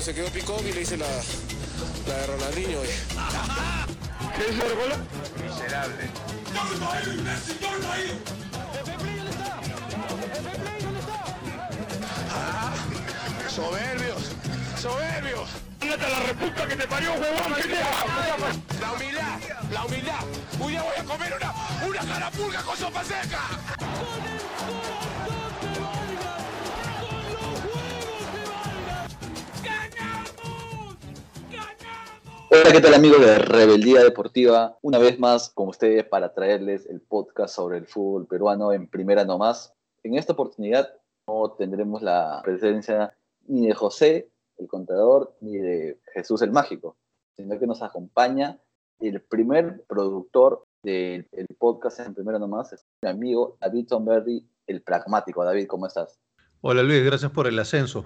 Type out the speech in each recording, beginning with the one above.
se quedó picón y le hice la de Ronaldinho. ¿Qué hizo el gol? Miserable. Soberbios, soberbios. ¡Ándate a la reputa que te parió, huevón! La humildad. Un día voy a comer una carapulga con sopa seca. Hola, ¿qué tal amigos de Rebeldía Deportiva? Una vez más con ustedes para traerles el podcast sobre el fútbol peruano en Primera Nomás. En esta oportunidad no tendremos la presencia ni de José, el contador, ni de Jesús el Mágico, sino que nos acompaña el primer productor del podcast en Primera Nomás, es mi amigo David Tomberry, el pragmático. David, ¿cómo estás? Hola Luis, gracias por el ascenso.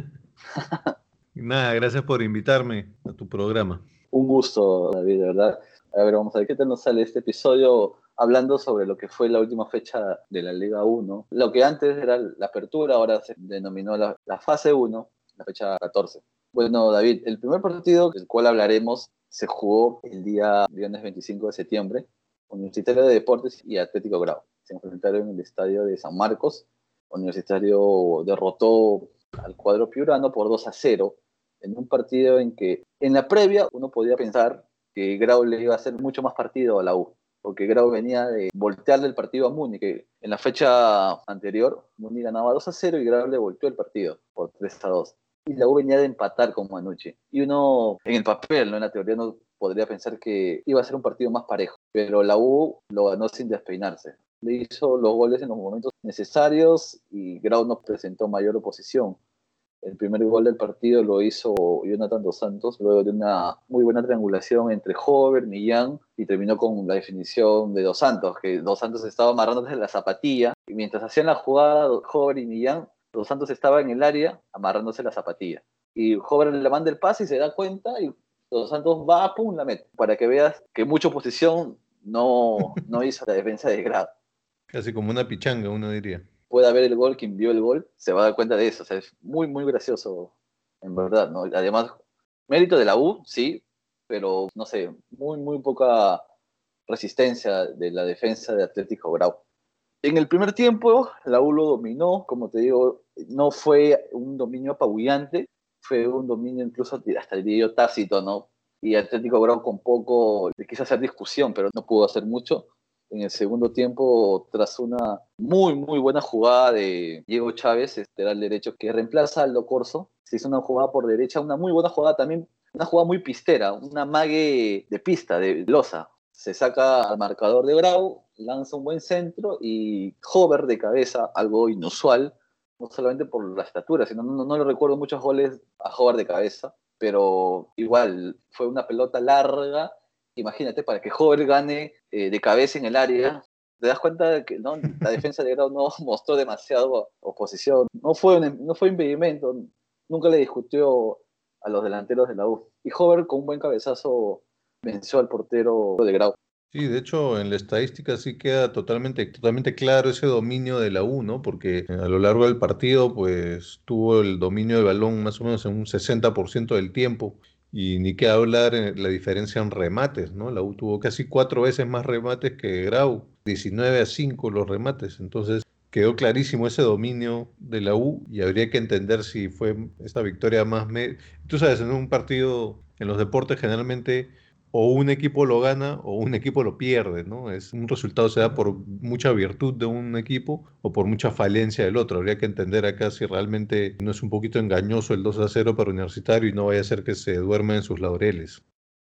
Nada, gracias por invitarme a tu programa. Un gusto, David, de verdad. A ver, vamos a ver qué tal nos sale este episodio hablando sobre lo que fue la última fecha de la Liga 1. Lo que antes era la apertura, ahora se denominó la fase 1, la fecha 14. Bueno, David, el primer partido del cual hablaremos se jugó el día viernes 25 de septiembre. Universitario de Deportes y Atlético Grau se enfrentaron en el estadio de San Marcos. Universitario derrotó al cuadro piurano por 2-0 en un partido en que en la previa uno podía pensar que Grau le iba a hacer mucho más partido a la U, porque Grau venía de voltearle el partido a Muni, que en la fecha anterior Muni ganaba 2-0 y Grau le volteó el partido por 3-2. Y la U venía de empatar con Manucci. Y uno, en el papel, ¿no? En la teoría, no podría pensar que iba a ser un partido más parejo, pero la U lo ganó sin despeinarse. Le hizo los goles en los momentos necesarios y Grau no presentó mayor oposición. El primer gol del partido lo hizo Jonathan Dos Santos, luego de una muy buena triangulación entre Hover, Millán, y terminó con la definición de Dos Santos, que Dos Santos estaba amarrándose la zapatilla, y mientras hacían la jugada Hover y Millán, Dos Santos estaba en el área amarrándose la zapatilla. Y Hover le manda el pase y se da cuenta, y Dos Santos va, pum, la mete. Para que veas que mucha oposición no hizo la defensa de Grau. Casi como una pichanga, uno diría. Pueda ver el gol, quien vio el gol, se va a dar cuenta de eso. O sea, es muy, muy gracioso, en verdad, ¿no? Además, mérito de la U, sí, pero, no sé, muy, muy poca resistencia de la defensa de Atlético Grau. En el primer tiempo, la U lo dominó, como te digo, no fue un dominio apabullante, fue un dominio incluso hasta diría yo tácito, ¿no? Y Atlético Grau con poco le quiso hacer discusión, pero no pudo hacer mucho. En el segundo tiempo, tras una muy, muy buena jugada de Diego Chávez, lateral derecho, que reemplaza a Aldo Corso, se hizo una jugada por derecha, una muy buena jugada también, una jugada muy pistera, una mague de pista, de losa. Se saca al marcador de Grau, lanza un buen centro y Hover de cabeza, algo inusual, no solamente por la estatura, sino no le recuerdo muchos goles a Hover de cabeza, pero igual fue una pelota larga. Imagínate, para que Hover gane de cabeza en el área, te das cuenta de que, ¿no? La defensa de Grau no mostró demasiado oposición, no fue impedimento, nunca le discutió a los delanteros de la U. Y Hover con un buen cabezazo venció al portero de Grau. Sí, de hecho, en la estadística sí queda totalmente claro ese dominio de la U, ¿no? Porque a lo largo del partido, pues, tuvo el dominio del balón más o menos en un 60% del tiempo. Y ni qué hablar la diferencia en remates, ¿no? La U tuvo casi 4 veces más remates que Grau, 19-5 los remates. Entonces, quedó clarísimo ese dominio de la U y habría que entender si fue esta victoria más... Tú sabes, en un partido, en los deportes generalmente o un equipo lo gana o un equipo lo pierde, ¿no? Un resultado se da por mucha virtud de un equipo o por mucha falencia del otro. Habría que entender acá si realmente no es un poquito engañoso el 2-0 para Universitario y no vaya a ser que se duerma en sus laureles.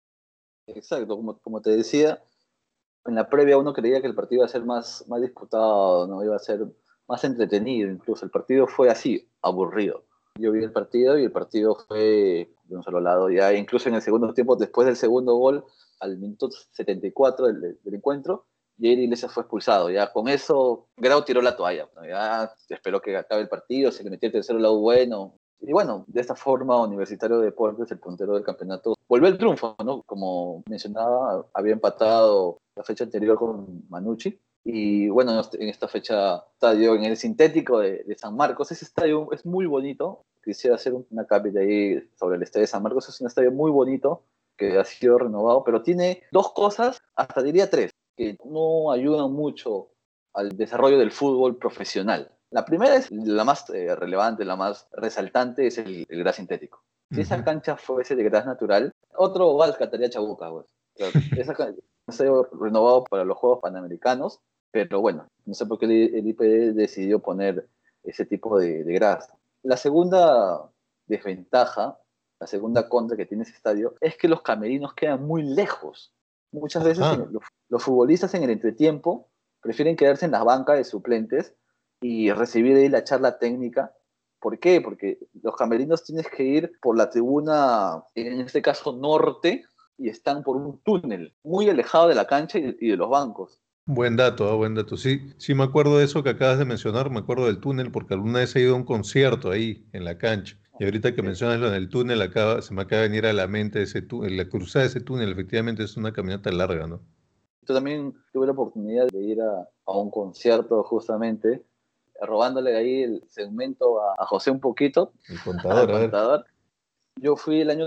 Exacto, como te decía, en la previa uno creía que el partido iba a ser más disputado, ¿no? Iba a ser más entretenido, incluso el partido fue así, aburrido. Yo vi el partido y el partido fue de un solo lado, ya incluso en el segundo tiempo, después del segundo gol, al minuto 74 del encuentro, Jair Iglesias fue expulsado. Ya con eso, Grau tiró la toalla, ¿no? Ya esperó que acabe el partido, se le metió el tercero lado bueno. Y bueno, de esta forma, Universitario de Deportes, el puntero del campeonato, volvió el triunfo, ¿no? Como mencionaba, había empatado la fecha anterior con Manucci Y bueno, en esta fecha, estadio en el sintético de San Marcos. Ese estadio es muy bonito. Quisiera hacer una cápita ahí sobre el estadio de San Marcos. Es un estadio muy bonito que ha sido renovado, pero tiene dos cosas, hasta diría tres, que no ayudan mucho al desarrollo del fútbol profesional. La primera es la más relevante, la más resaltante, es el gras sintético. Si esa cancha fuese de gras natural, otro oval cataría Chabuca, pues. Esa cancha ha sido renovado para los Juegos Panamericanos, pero bueno, no sé por qué el IPD decidió poner ese tipo de gras. La segunda desventaja, la segunda contra que tiene ese estadio, es que los camerinos quedan muy lejos. Muchas veces los futbolistas en el entretiempo prefieren quedarse en las bancas de suplentes y recibir ahí la charla técnica. ¿Por qué? Porque los camerinos tienes que ir por la tribuna, en este caso norte, y están por un túnel muy alejado de la cancha y de los bancos. Buen dato, buen dato. Sí, sí me acuerdo de eso que acabas de mencionar, me acuerdo del túnel porque alguna vez he ido a un concierto ahí, en la cancha. Y ahorita que mencionas lo del túnel, se me acaba de venir a la mente ese túnel, la cruzada de ese túnel, efectivamente es una caminata larga, ¿no? Yo también tuve la oportunidad de ir a un concierto justamente, robándole ahí el segmento a José un poquito, El contador, al a ver. contador. Yo fui el año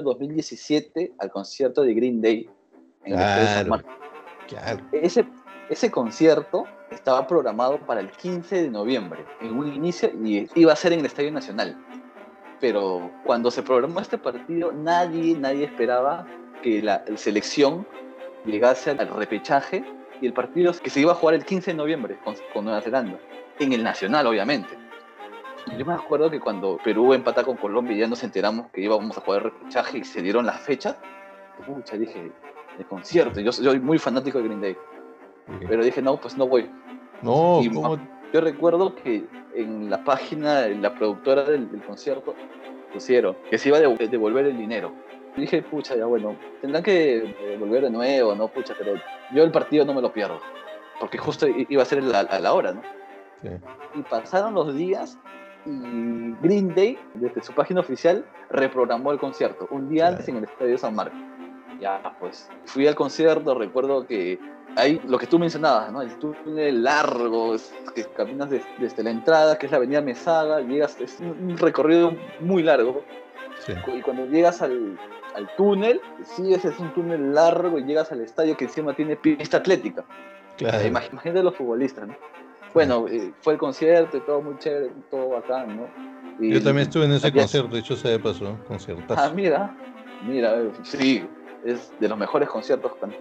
2017 al concierto de Green Day en el Estadio San Claro, Marcos. claro. Ese concierto estaba programado para el 15 de noviembre, en un inicio, y iba a ser en el Estadio Nacional. Pero cuando se programó este partido, nadie esperaba que la selección llegase al repechaje y el partido que se iba a jugar el 15 de noviembre con Nueva Zelanda, en el Nacional, obviamente. Yo me acuerdo que cuando Perú empata con Colombia y ya nos enteramos que íbamos a jugar el repechaje y se dieron las fechas, pucha, dije, el concierto, yo soy muy fanático de Green Day, pero dije, no, pues no voy. No, Y ¿cómo? yo recuerdo que en la página, en la productora del concierto, pusieron que se iba a devolver el dinero. Y dije, pucha, ya bueno, tendrán que devolver de nuevo, ¿no? Pucha, pero yo el partido no me lo pierdo, porque justo iba a ser a la hora, ¿no? Sí. Y pasaron los días y Green Day, desde su página oficial, reprogramó el concierto, un día antes en el Estadio San Marcos. Ya, pues, fui al concierto, recuerdo que hay lo que tú mencionabas, ¿no? El túnel largo, que caminas desde la entrada, que es la avenida Mesaga, llegas, es un recorrido muy largo. Sí. Y cuando llegas al túnel, sí, ese es un túnel largo y llegas al estadio que encima tiene pista atlética. Claro. Imagínate los futbolistas, ¿no? Bueno, fue el concierto y todo muy chévere, todo bacán, ¿no? Y Yo también estuve en ese concierto, de hecho se pasó, conciertazo. Ah, mira, sí, es de los mejores conciertos, con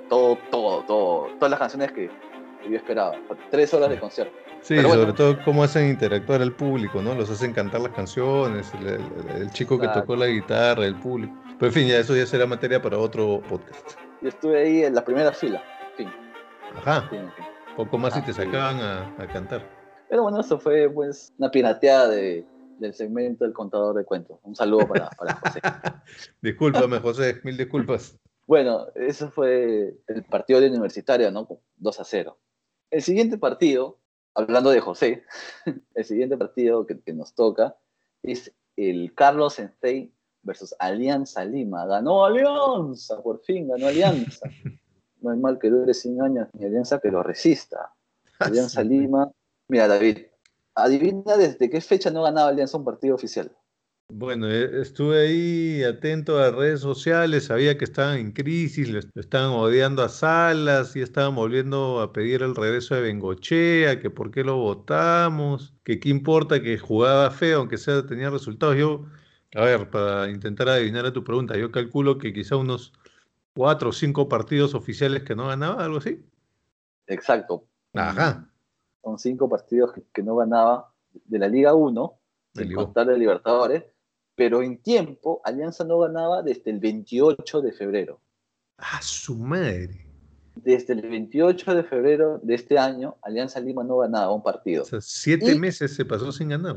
todas las canciones que yo esperaba. 3 horas de concierto. Sí, pero sobre bueno, todo cómo hacen interactuar al público, ¿no? Los hacen cantar las canciones, el chico que tocó la guitarra, el público. Pero en fin, ya eso ya será materia para otro podcast. Yo estuve ahí en la primera fila, en fin. Ajá, En fin. poco más y te Sí. sacaban a cantar. Pero bueno, eso fue pues una pirateada del segmento del contador de cuentos. Un saludo para José. Discúlpame, José, mil disculpas. Bueno, eso fue el partido de Universitaria, ¿no? 2-0. El siguiente partido, hablando de José, el siguiente partido que nos toca es el Carlos Sensei versus Alianza Lima. Ganó Alianza, por fin ganó Alianza. No hay mal que dure 100 años ni Alianza que lo resista. Alianza Lima. Mira, David, adivina desde qué fecha no ganaba Alianza un partido oficial. Bueno, estuve ahí atento a redes sociales, sabía que estaban en crisis, lo estaban odiando a Salas y estaban volviendo a pedir el regreso de Bengochea, que por qué lo votamos, que qué importa que jugaba feo, aunque sea tenía resultados. Yo, a ver, para intentar adivinar a tu pregunta, yo calculo que quizá unos 4 o 5 partidos oficiales que no ganaba, algo así. Exacto. Ajá, Son 5 partidos que no ganaba de la Liga 1, me sin ligó. contar de Libertadores, pero en tiempo Alianza no ganaba desde el 28 de febrero. ¡Ah, su madre! Desde el 28 de febrero de este año, Alianza Lima no ganaba un partido. O sea, 7 meses se pasó sin ganar.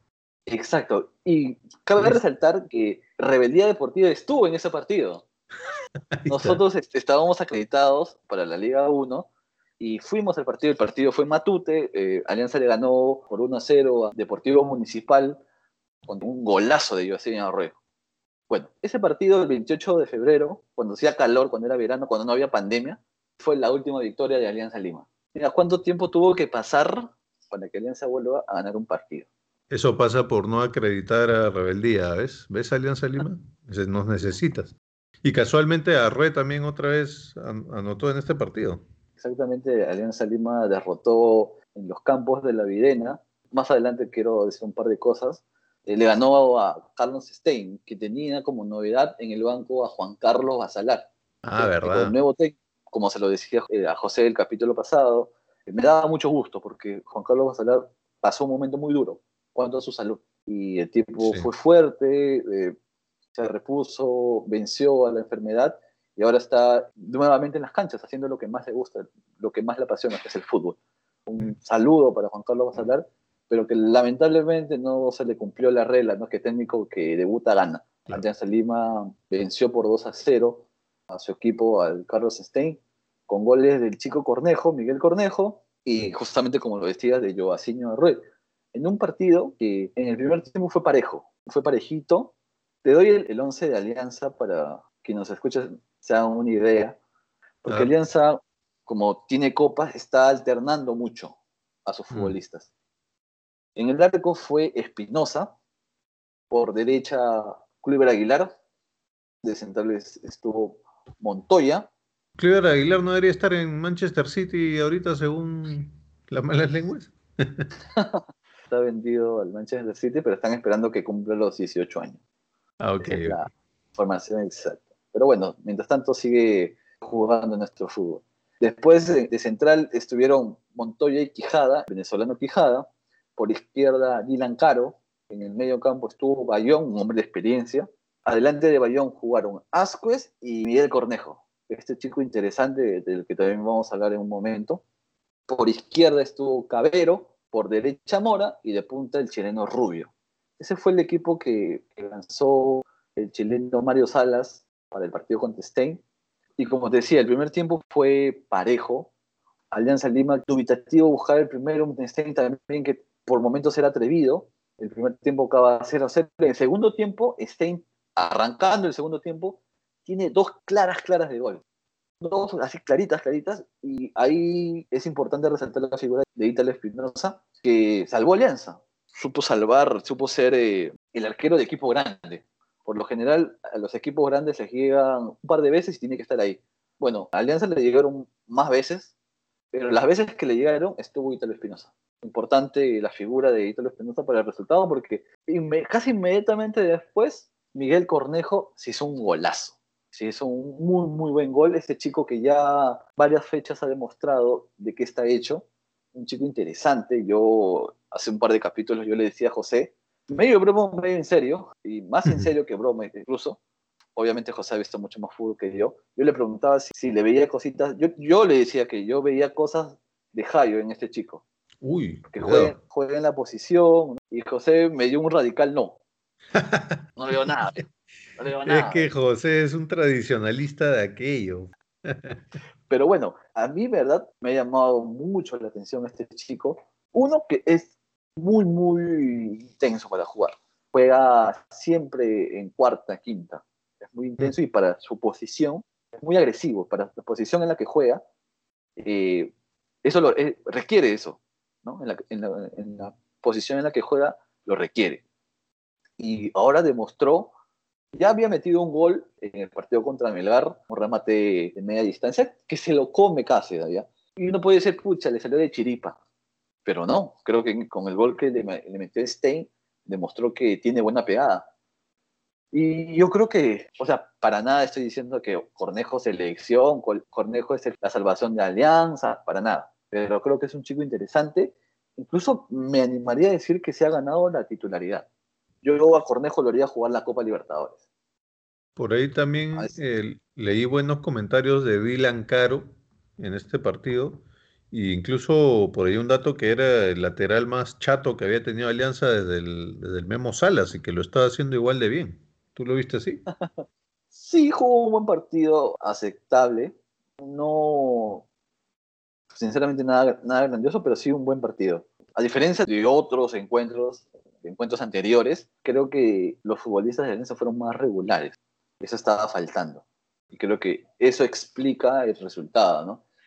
Exacto. Y cabe resaltar que Rebeldía Deportiva estuvo en ese partido. Nosotros estábamos acreditados para la Liga 1 y fuimos al partido. El partido fue en Matute. Alianza le ganó por 1-0 a Deportivo Municipal con un golazo de Joaquín Arroyo. Bueno, ese partido el 28 de febrero, cuando hacía calor, cuando era verano, cuando no había pandemia, fue la última victoria de Alianza Lima. Mira, ¿cuánto tiempo tuvo que pasar para que Alianza vuelva a ganar un partido? Eso pasa por no acreditar a Rebeldía, ¿ves? ¿Ves Alianza Lima? Nos necesitas. Y casualmente Arrué también otra vez anotó en este partido. Exactamente, Alianza Lima derrotó en los campos de la Videna. Más adelante quiero decir un par de cosas. Le ganó a Carlos Stein, que tenía como novedad en el banco a Juan Carlos Basalar. Ah, Que con el ¿verdad? nuevo técnico, como se lo decía a José el capítulo pasado, me daba mucho gusto porque Juan Carlos Basalar pasó un momento muy duro cuanto a su salud. Y el tipo Sí. fue fuerte, se repuso, venció a la enfermedad y ahora está nuevamente en las canchas haciendo lo que más le gusta, lo que más le apasiona, que es el fútbol. Un saludo para Juan Carlos Basalar, pero que lamentablemente no se le cumplió la regla, ¿no? Que técnico que debuta gana. Claro. Alianza Lima venció por 2-0 a su equipo, al Carlos Stein, con goles del chico Cornejo, Miguel Cornejo, y justamente como lo decías, de Joaquinho Arrué, en un partido que en el primer tiempo fue parejo, fue parejito. Te doy el 11 de Alianza para que nos escuchen, se hagan una idea, A porque ver. Alianza, como tiene copas, está alternando mucho a sus Mm. futbolistas. En el arco fue Espinosa, por derecha Cluiver Aguilar, de centrales estuvo Montoya. Cliver Aguilar no debería estar en Manchester City ahorita según las malas lenguas. Está vendido al Manchester City, pero están esperando que cumpla los 18 años. Ah, ok, Esa es la ok. formación exacta. Pero bueno, mientras tanto sigue jugando nuestro fútbol. Después de central estuvieron Montoya y Quijada, venezolano Quijada. Por izquierda, Dylan Caro. En el medio campo estuvo Bayón, un hombre de experiencia. Adelante de Bayón jugaron Ascuez y Miguel Cornejo. Este chico interesante del que también vamos a hablar en un momento. Por izquierda estuvo Cabero, por derecha Mora y de punta el chileno Rubio. Ese fue el equipo que lanzó el chileno Mario Salas para el partido contra Stein. Y como te decía, el primer tiempo fue parejo. Alianza Lima dubitativo buscar el primero, un Stein también que por momentos era atrevido. El primer tiempo acaba 0-0. En el segundo tiempo, Stein, arrancando el segundo tiempo, tiene dos claras de gol, dos así claritas, claritas, y ahí es importante resaltar la figura de Ítalo Espinosa, que salvó Alianza, supo salvar, supo ser el arquero de equipo grande. Por lo general, a los equipos grandes les llegan un par de veces y tiene que estar ahí. Bueno, a Alianza le llegaron más veces, pero las veces que le llegaron estuvo Ítalo Espinosa. Importante la figura de Ítalo Espinosa para el resultado, porque casi inmediatamente después, Miguel Cornejo se hizo un golazo. Se hizo un muy, muy buen gol. Este chico que ya varias fechas ha demostrado de qué está hecho. Un chico interesante. Yo, hace un par de capítulos, yo le decía a José, medio broma, medio en serio, y más en serio que broma incluso. Obviamente José ha visto mucho más fútbol que yo. Yo le preguntaba si le veía cositas. Yo le decía que yo veía cosas de Jairo en este chico. Uy, Que cuidado. juegue en la posición. ¿No? Y José me dio un radical no. No le veo nada. No le veo Es nada. que José es un tradicionalista de aquello. Pero bueno, a mí, verdad, me ha llamado mucho la atención este chico. Uno que es muy, muy intenso para jugar. Juega siempre en cuarta, quinta. Es muy intenso y para su posición es muy agresivo. Para la posición en la que juega, eh, requiere eso. ¿No? En la posición en la que juega, lo requiere. Y ahora demostró, ya había metido un gol en el partido contra Melgar, un remate de media distancia, que se lo come Cáceres, ¿ya? Y uno puede decir, pucha, le salió de chiripa. Pero no, creo que con el gol que le metió Stein, demostró que tiene buena pegada. Y yo creo que, o sea, para nada estoy diciendo que Cornejo es elección, Cornejo es la salvación de Alianza, para nada. Pero creo que es un chico interesante. Incluso me animaría a decir que se ha ganado la titularidad. Yo a Cornejo lo haría jugar la Copa Libertadores. Por ahí también leí buenos comentarios de Dylan Caro en este partido. E incluso por ahí un dato que era el lateral más chato que había tenido Alianza desde el Memo Salas y que lo estaba haciendo igual de bien. ¿Tú lo viste así? Sí, jugó un buen partido aceptable. No, sinceramente, nada grandioso, pero sí un buen partido. A diferencia de otros encuentros anteriores, creo que los futbolistas de Alianza fueron más regulares. Eso estaba faltando. Y creo que eso explica el resultado, ¿no?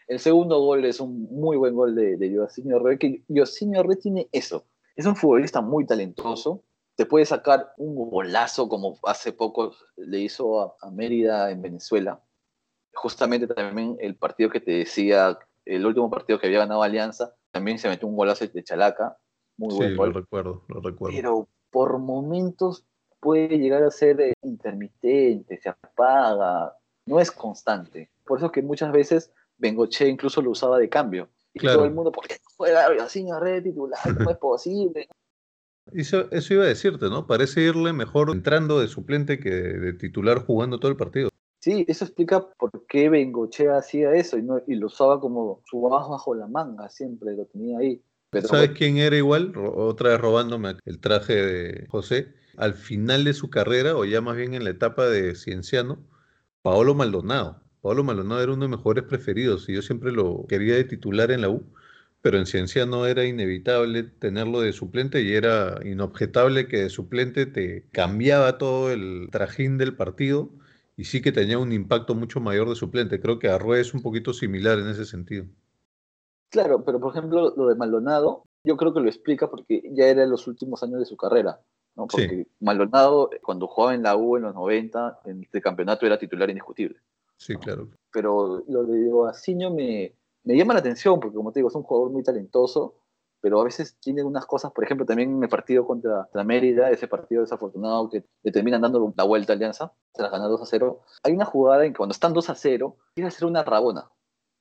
El segundo gol es un muy buen gol de Yosinho Herrera, que Yosinho Herrera tiene eso. Es un futbolista muy talentoso, te puede sacar un golazo como hace poco le hizo a Mérida en Venezuela. Justamente también el partido que te decía, el último partido que había ganado Alianza, también se metió un golazo de Chalaca, muy Sí, buen lo gol. recuerdo, lo recuerdo. Pero por momentos puede llegar a ser intermitente, se apaga, no es constante. Por eso que muchas veces Bengoche incluso lo usaba de cambio. Y todo el Claro. mundo, ¿por qué no juega así en red titular? ¿Cómo es posible? Eso iba a decirte, ¿no? Parece irle mejor entrando de suplente que de titular jugando todo el partido. Sí, eso explica por qué Bengochea hacía eso y lo usaba como su bajo bajo la manga, siempre lo tenía ahí. Pero ¿Sabes bueno, quién era igual? Otra vez robándome el traje de José. Al final de su carrera, o ya más bien en la etapa de Cienciano, Paolo Maldonado. Paolo Maldonado era uno de mis mejores preferidos y yo siempre lo quería de titular en la U, pero en Cienciano era inevitable tenerlo de suplente y era inobjetable que de suplente te cambiaba todo el trajín del partido y sí que tenía un impacto mucho mayor de suplente. Creo que Arrué es un poquito similar en ese sentido. claro, pero por ejemplo lo de Maldonado, yo creo que lo explica porque ya era en los últimos años de su carrera, ¿no? Sí, Porque Maldonado, cuando jugaba en la U en los 90, en este campeonato era titular indiscutible, sí, ¿no? claro. Pero lo de Yoaciño me llama la atención porque, como te digo, es un jugador muy talentoso, pero a veces tiene unas cosas, por ejemplo, también en el partido contra Mérida, ese partido desafortunado que le terminan dando la vuelta a Alianza, se las gana 2-0. Hay una jugada en que cuando están 2-0, quiere hacer una rabona.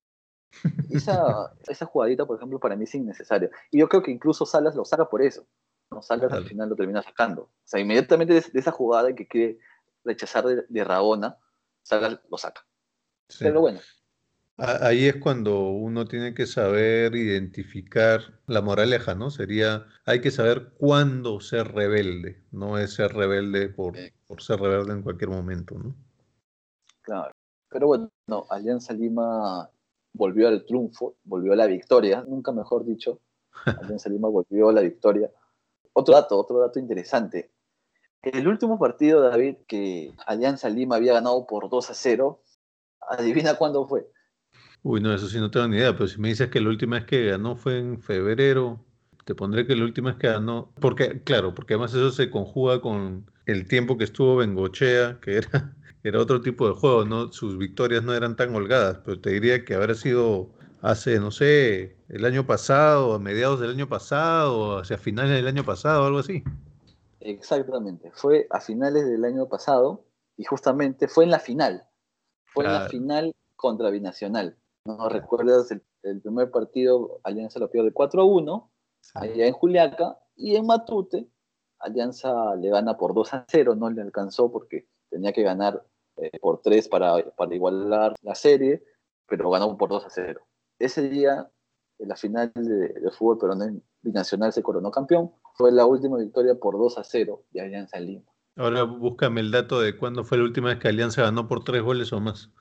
Esa jugadita, por ejemplo, para mí es innecesaria. Y yo creo que incluso Salas lo saca por eso. ¿No? Salas al Claro, final lo termina sacando. O sea, inmediatamente de esa jugada que quiere rechazar de Rabona, Salas lo saca. sí. Pero bueno, Ahí es cuando uno tiene que saber identificar la moraleja, ¿no? Sería, hay que saber cuándo ser rebelde, no es ser rebelde por ser rebelde en cualquier momento, ¿no? claro. Pero bueno, no, Alianza Lima volvió al triunfo, volvió a la victoria, nunca mejor dicho. Alianza Lima volvió a la victoria. Otro dato interesante. El último partido, David, que Alianza Lima había ganado por 2-0, adivina cuándo fue. Uy, no, eso sí no tengo ni idea, pero si me dices que la última vez que ganó fue en febrero, te pondré que la última vez que ganó, porque, claro, porque además eso se conjuga con el tiempo que estuvo Bengochea, que era, era otro tipo de juego, ¿no? Sus victorias no eran tan holgadas, pero te diría que habrá sido hace, no sé, el año pasado, a mediados del año pasado, hacia finales del año pasado, algo así. Exactamente, fue a finales del año pasado y justamente fue en la final. Fue en la Claro, final contra Binacional. ¿No claro, recuerdas el primer partido? Alianza lo pierde 4-1 sí, allá en Juliaca, y en Matute Alianza le gana por 2-0, no le alcanzó porque tenía que ganar por 3 para igualar la serie, pero ganó por 2-0. Ese día, en la final de fútbol peruano binacional se coronó campeón, fue la última victoria por 2-0 de Alianza Lima. ahora búscame el dato de cuándo fue la última vez que Alianza ganó por 3 goles o más.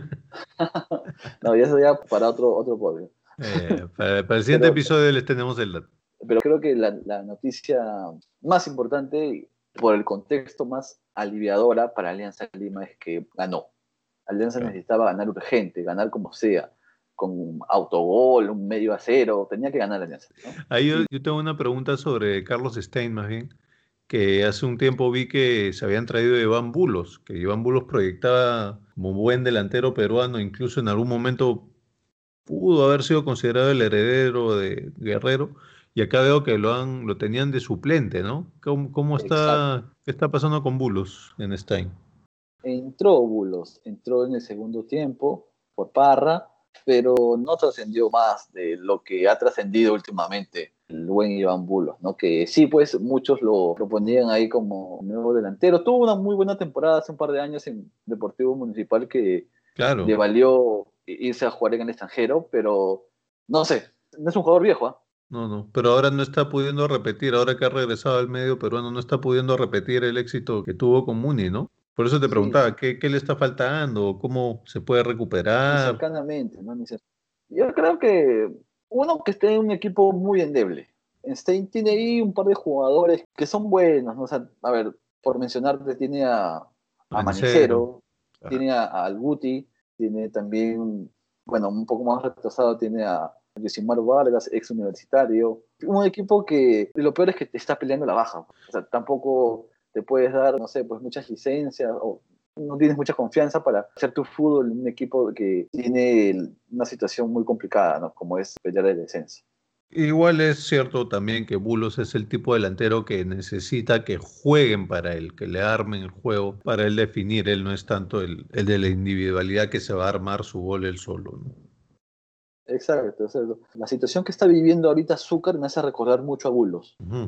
No, y eso ya para otro podio. Para el siguiente Pero episodio les tenemos el dato. Pero creo que la noticia más importante, por el contexto más aliviadora para Alianza Lima, es que ganó. Alianza Claro. necesitaba ganar urgente, ganar como sea, con un autogol, un 0-0, tenía que ganar Alianza, ¿no? Ahí Y yo tengo una pregunta sobre Carlos Stein, más bien, que hace un tiempo vi que se habían traído a Iván Bulos, que Iván Bulos proyectaba como buen delantero peruano, incluso en algún momento pudo haber sido considerado el heredero de Guerrero, y acá veo que lo tenían de suplente, ¿no? ¿Cómo exacto. está, qué está pasando con Bulos en Stein? Entró Bulos, entró en el segundo tiempo por Parra, pero no trascendió más de lo que ha trascendido últimamente el buen Iván Bulos, ¿no? Que sí, pues muchos lo proponían ahí como nuevo delantero. Tuvo una muy buena temporada hace un par de años en Deportivo Municipal que le Claro, valió irse a jugar en el extranjero, pero no sé, no es un jugador viejo, ¿ah? no, no, pero ahora no está pudiendo repetir, ahora que ha regresado al medio peruano, no está pudiendo repetir el éxito que tuvo con Muni, ¿no? Por eso te Sí, preguntaba, ¿qué le está faltando? ¿Cómo se puede ni recuperar? cercanamente, ¿no? Yo creo que uno que esté en un equipo muy endeble. Stein tiene ahí un par de jugadores que son buenos, ¿no? O sea, a ver, por mencionarte, tiene a Mancero. Manicero, Ah, tiene al Guti, tiene también. Bueno, un poco más retrasado tiene a Yosimar Vargas, ex universitario. Un equipo que lo peor es que te está peleando la baja. O sea, tampoco te puedes dar, no sé, pues muchas licencias o no tienes mucha confianza para hacer tu fútbol en un equipo que tiene una situación muy complicada, ¿no? Como es pelear el descenso. Igual es cierto también que Bulos es el tipo de delantero que necesita que jueguen para él, que le armen el juego para él definir. Él no es tanto el de la individualidad que se va a armar su gol él solo, ¿no? Exacto, exacto. La situación que está viviendo ahorita Zúcar me hace recordar mucho a Bulos. Ujú,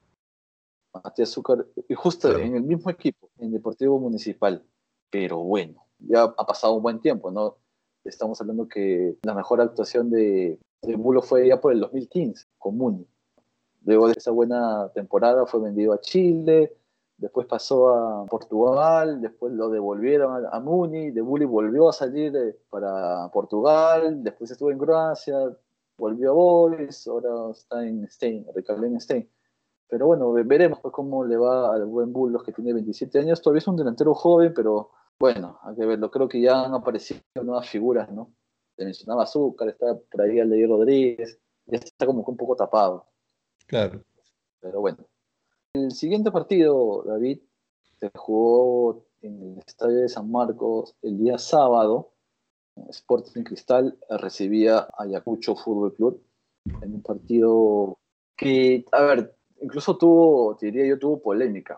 Matías Zúcar, y justo claro. en el mismo equipo, en Deportivo Municipal. Pero bueno, ya ha pasado un buen tiempo, ¿no? Estamos hablando que la mejor actuación de Bulos fue ya por el 2015, con Muni. Luego de esa buena temporada fue vendido a Chile, después pasó a Portugal, después lo devolvieron a Muni, de Muni volvió a salir para Portugal, después estuvo en Croacia, volvió a Boys, ahora está en Stein, recalé en Stein. Pero bueno, veremos pues, cómo le va al buen Bullos que tiene 27 años. Todavía es un delantero joven, pero bueno, hay que verlo. Creo que ya han aparecido nuevas figuras, ¿no? Te mencionaba Azúcar, está por ahí Aldair Rodríguez, ya está como que un poco tapado. Claro. Pero bueno. El siguiente partido, David, se jugó en el Estadio de San Marcos el día sábado. Sporting Cristal recibía a Ayacucho Fútbol Club en un partido que, a ver, incluso tuvo, te diría yo, tuvo polémica.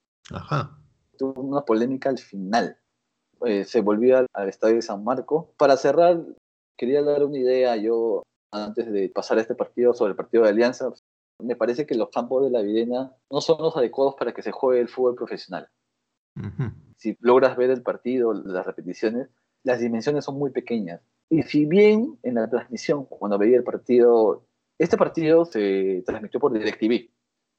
Ajá. Tuvo una polémica al final. Se volvió al Estadio de San Marcos. Para cerrar, quería dar una idea yo, antes de pasar a este partido, sobre el partido de Alianza. Me parece que los campos de la Videna no son los adecuados para que se juegue el fútbol profesional. Ujú. Si logras ver el partido, las repeticiones, las dimensiones son muy pequeñas. Y si bien en la transmisión, cuando veía el partido, este partido se transmitió por DirecTV.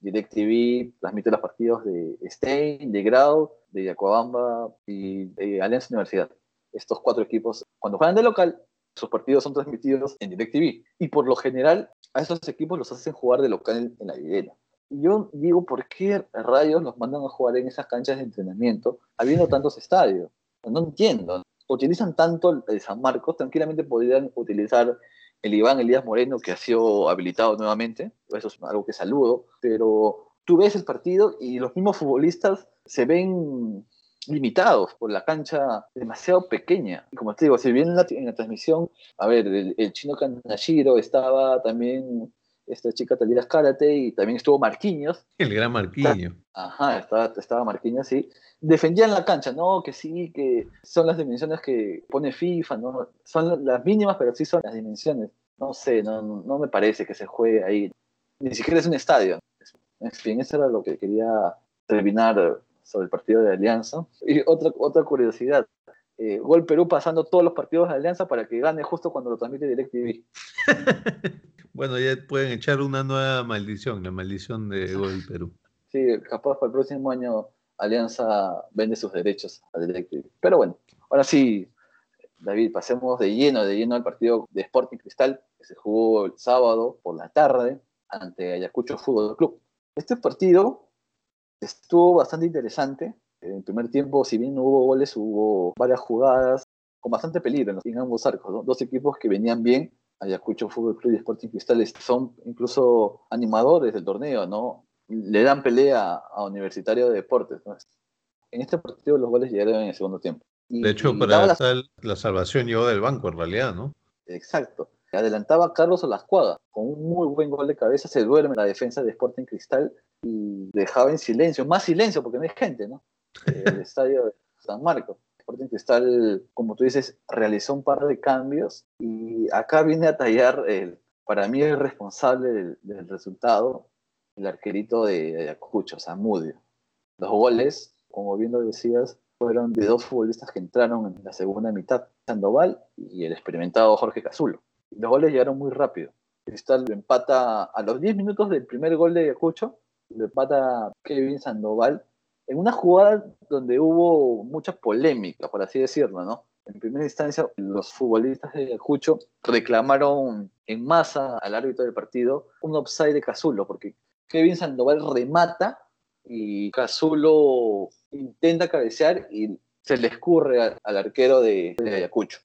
DirecTV transmite los partidos de Stein, de Grau, de Yacuabamba y de Alianza Universidad. Estos cuatro equipos, cuando juegan de local, sus partidos son transmitidos en DirecTV. Y por lo general, a esos equipos los hacen jugar de local en la Videna. Y yo digo, ¿por qué rayos los mandan a jugar en esas canchas de entrenamiento habiendo tantos estadios? No entiendo. Utilizan tanto el San Marcos, tranquilamente podrían utilizar el Iván Elías Moreno, que ha sido habilitado nuevamente. Eso es algo que saludo. Pero tú ves el partido y los mismos futbolistas se ven limitados por la cancha demasiado pequeña. Y como te digo, si bien en la transmisión, a ver, el chino Kanashiro estaba también esta chica Talía Escárate y también estuvo Marquinhos. El gran Marquinhos. Ajá, estaba Marquinhos, sí. Defendían la cancha, ¿no? Que sí, que son las dimensiones que pone FIFA, ¿no? Son las mínimas, pero sí son las dimensiones. No sé, no me parece que se juegue ahí. Ni siquiera es un estadio. En fin, eso era lo que quería terminar sobre el partido de Alianza. Y otra curiosidad. Gol Perú pasando todos los partidos de Alianza para que gane justo cuando lo transmite DirecTV. Bueno, ya pueden echar una nueva maldición, la maldición de Gol Perú. Sí, capaz para el próximo año Alianza vende sus derechos a DirecTV. Pero bueno, ahora sí, David, pasemos de lleno al partido de Sporting Cristal, que se jugó el sábado por la tarde ante Ayacucho Fútbol Club. Este partido estuvo bastante interesante. En el primer tiempo, si bien no hubo goles, hubo varias jugadas con bastante peligro en ambos arcos, ¿no? Dos equipos que venían bien. Ayacucho Fútbol Club y Sporting Cristal son incluso animadores del torneo, ¿no? Le dan pelea a Universitario de Deportes, ¿no? En este partido los goles llegaron en el segundo tiempo. De hecho, Y daba para tal, la salvación llegó del banco en realidad, ¿no? exacto. Adelantaba Carlos Olascuaga con un muy buen gol de cabeza, se duerme la defensa de Sporting Cristal y dejaba en silencio, más silencio porque no hay gente, ¿no? El estadio de San Marcos. Sporting Cristal, como tú dices, realizó un par de cambios y acá viene a tallar, para mí, el responsable del resultado, el arquerito de Ayacucho, Zamudio. Los goles, como bien lo decías, fueron de dos futbolistas que entraron en la segunda mitad, Sandoval y el experimentado Jorge Cazulo. Los goles llegaron muy rápido. Cristal lo empata a los 10 minutos del primer gol de Ayacucho, lo empata Kevin Sandoval en una jugada donde hubo mucha polémica, por así decirlo, ¿no? En primera instancia, los futbolistas de Ayacucho reclamaron en masa al árbitro del partido un offside de Cazulo, porque Kevin Sandoval remata y Cazulo intenta cabecear y se le escurre al arquero de Ayacucho.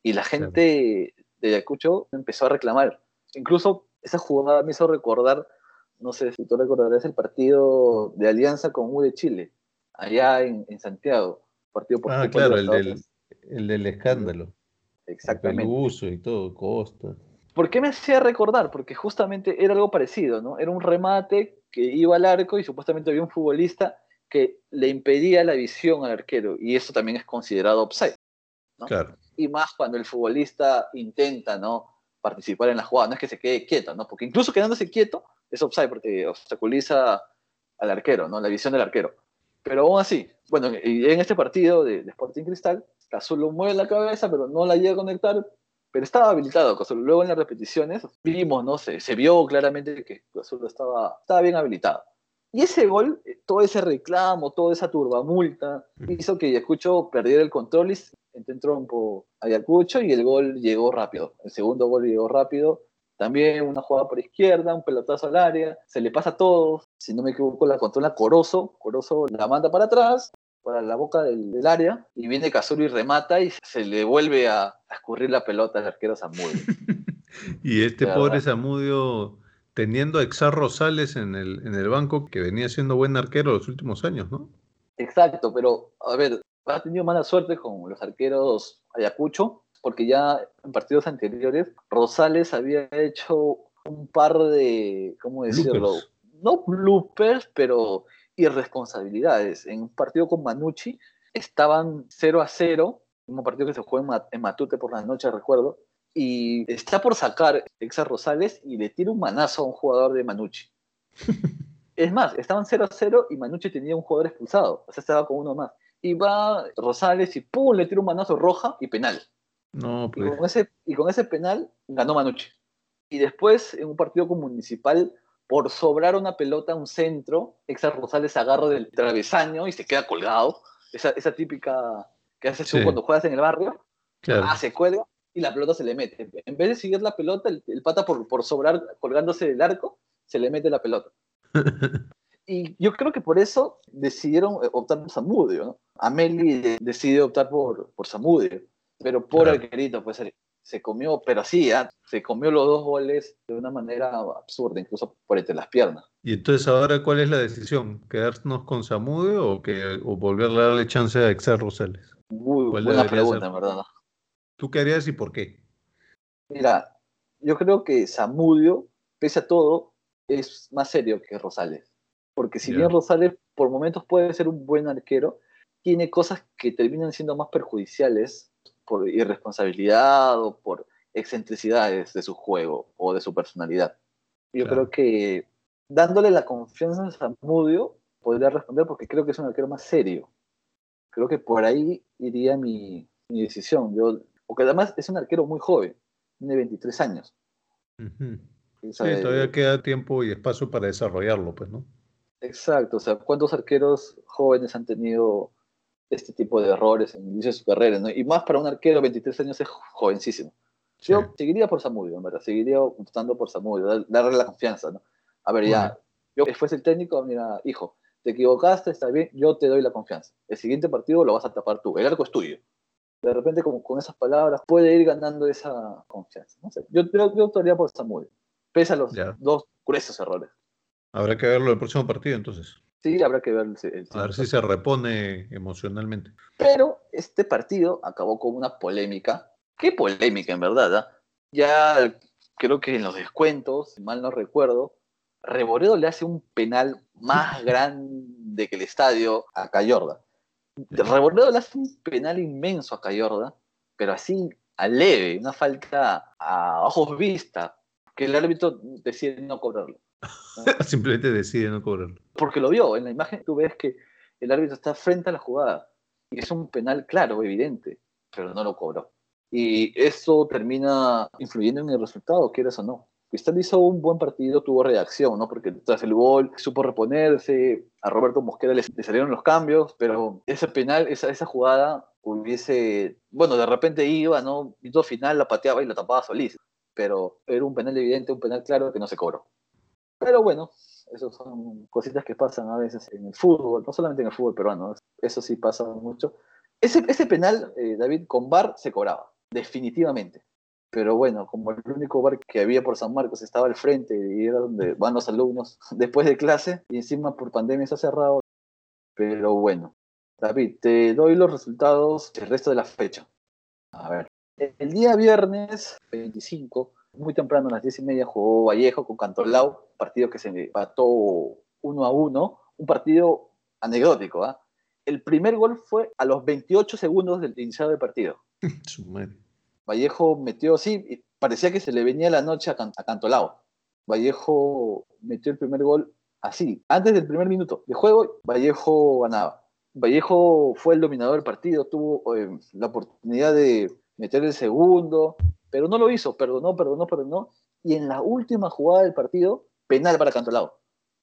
Y la Claro. gente de Ayacucho empezó a reclamar. Incluso esa jugada me hizo recordar, no sé si tú recordarás el partido de Alianza con U de Chile, allá en Santiago, partido por Ah, Copa claro, Libertadores. el del escándalo. El Exactamente. Peluso y todo, Costa. ¿Por qué me hacía recordar? Porque justamente era algo parecido, ¿no? Era un remate que iba al arco y supuestamente había un futbolista que le impedía la visión al arquero y eso también es considerado offside, ¿no? Claro. Y más cuando el futbolista intenta, ¿no?, participar en la jugada, no es que se quede quieto, ¿no? Porque incluso quedándose quieto es offside porque obstaculiza al arquero, ¿no? La visión del arquero. Pero aún así, bueno, y en este partido de Sporting Cristal, Cazorla mueve la cabeza, pero no la llega a conectar, pero estaba habilitado Cazorla. Luego en las repeticiones vimos, ¿no? Se vio claramente que Cazorla estaba bien habilitado. Y ese gol, todo ese reclamo, toda esa turbamulta, hizo que Ayacucho perdiera el control y entró en trompo Ayacucho y el gol llegó rápido. El segundo gol llegó rápido. También una jugada por izquierda, un pelotazo al área, se le pasa a todos. Si no me equivoco, la controla Corozo. Corozo la manda para atrás, para la boca del área, y viene Cazorla y remata y se le vuelve a escurrir la pelota al arquero Zamudio. Y este De pobre verdad. Zamudio, teniendo a Exar Rosales en el banco, que venía siendo buen arquero los últimos años, ¿no? Exacto, pero a ver, ha tenido mala suerte con los arqueros Ayacucho, porque ya en partidos anteriores Rosales había hecho un par de, ¿cómo decirlo? Bloopers. No bloopers, pero irresponsabilidades. En un partido con Manucci estaban 0-0, un partido que se jugó en Matute por la noche, recuerdo, y está por sacar Exa Rosales y le tira un manazo a un jugador de Manucci. Es más, estaban 0-0 y Manucci tenía un jugador expulsado, o sea, estaba con uno más. Y va Rosales y ¡pum!, le tira un manazo roja y penal. No, Y pues. con ese penal ganó Manucci. Y después, en un partido con Municipal, por sobrar una pelota a un centro, Exa Rosales agarra del travesaño y se queda colgado. Esa típica que haces tú Sí, cuando juegas en el barrio. claro. Se cuelga y la pelota se le mete. En vez de seguir la pelota, el pata por sobrar colgándose del arco, se le mete la pelota. Y yo creo que por eso decidieron optar por Zamudio, ¿no? Ameli decidió optar por Zamudio, pero por Claro. arquerito, pues se comió, pero sí, se comió los dos goles de una manera absurda, incluso por entre las piernas. Y entonces ahora, ¿cuál es la decisión? ¿Quedarnos con Zamudio o volverle a darle chance a Exar Rosales? Muy ¿Cuál buena debería ser? pregunta, en verdad, ¿no? ¿Tú qué harías y por qué? Mira, yo creo que Zamudio, pese a todo, es más serio que Rosales. Porque si bien Ya, Rosales por momentos puede ser un buen arquero, tiene cosas que terminan siendo más perjudiciales por irresponsabilidad o por excentricidades de su juego o de su personalidad. Yo creo claro. que dándole la confianza a Zamudio podría responder porque creo que es un arquero más serio. Creo que por ahí iría mi decisión. Porque además es un arquero muy joven, tiene 23 años. Ujú. O sea, Sí, todavía queda tiempo y espacio para desarrollarlo, pues, ¿no? exacto, o sea, ¿cuántos arqueros jóvenes han tenido este tipo de errores en el inicio de su carrera, ¿no? Y más para un arquero, 23 años es jovencísimo. Sí. Yo seguiría por Zamudio, en verdad, seguiría optando por Zamudio, darle la confianza, ¿no? A ver, Muy bien. ya, yo fuese el técnico, mira, hijo, te equivocaste, está bien, yo te doy la confianza. El siguiente partido lo vas a tapar tú, el arco es tuyo. De repente, como con esas palabras, puede ir ganando esa confianza. No sé, yo optaría por Zamudio, pese a los Ya. dos gruesos errores. Habrá que verlo el próximo partido, entonces. Sí, habrá que ver el A ver siguiente si se partido. repone emocionalmente. Pero este partido acabó con una polémica. ¿Qué polémica, en verdad? ¿Ah? Ya creo que en los descuentos, si mal no recuerdo, Reboredo le hace un penal más grande que el estadio a Cayorda. Ya. Reboredo le hace un penal inmenso a Cayorda, pero así a leve, una falta a ojos vista, que el árbitro decide no cobrarlo, ¿no? Simplemente decide no cobrarlo. Porque lo vio, en la imagen tú ves que el árbitro está frente a la jugada y es un penal claro, evidente, pero no lo cobró. Y eso termina influyendo en el resultado, quieras o no. Cristal hizo un buen partido, tuvo reacción, ¿no? Porque tras el gol supo reponerse, a Roberto Mosquera le salieron los cambios, pero ese penal, esa jugada hubiese, bueno, de repente iba, ¿no? Y todo final la pateaba y la tapaba Solís, pero era un penal evidente, un penal claro que no se cobró. Pero bueno, eso son cositas que pasan a veces en el fútbol, no solamente en el fútbol peruano, eso sí pasa mucho. Ese penal, David, con VAR se cobraba. definitivamente. Pero bueno, como el único bar que había por San Marcos estaba al frente y era donde van los alumnos después de clase, y encima por pandemia está cerrado. Pero bueno, David, te doy los resultados del resto de la fecha. A ver, el día viernes 25, muy temprano a las 10:30, jugó Vallejo con Cantolao, partido que se empató 1-1, un partido anecdótico, ¿ah? El primer gol fue a los 28 segundos del iniciado del partido. Su madre. Vallejo metió, sí, y parecía que se le venía la noche a Cantolao. Vallejo metió el primer gol así, antes del primer minuto de juego, Vallejo ganaba. Vallejo fue el dominador del partido, tuvo la oportunidad de meter el segundo, pero no lo hizo, perdonó, y en la última jugada del partido, penal para Cantolao.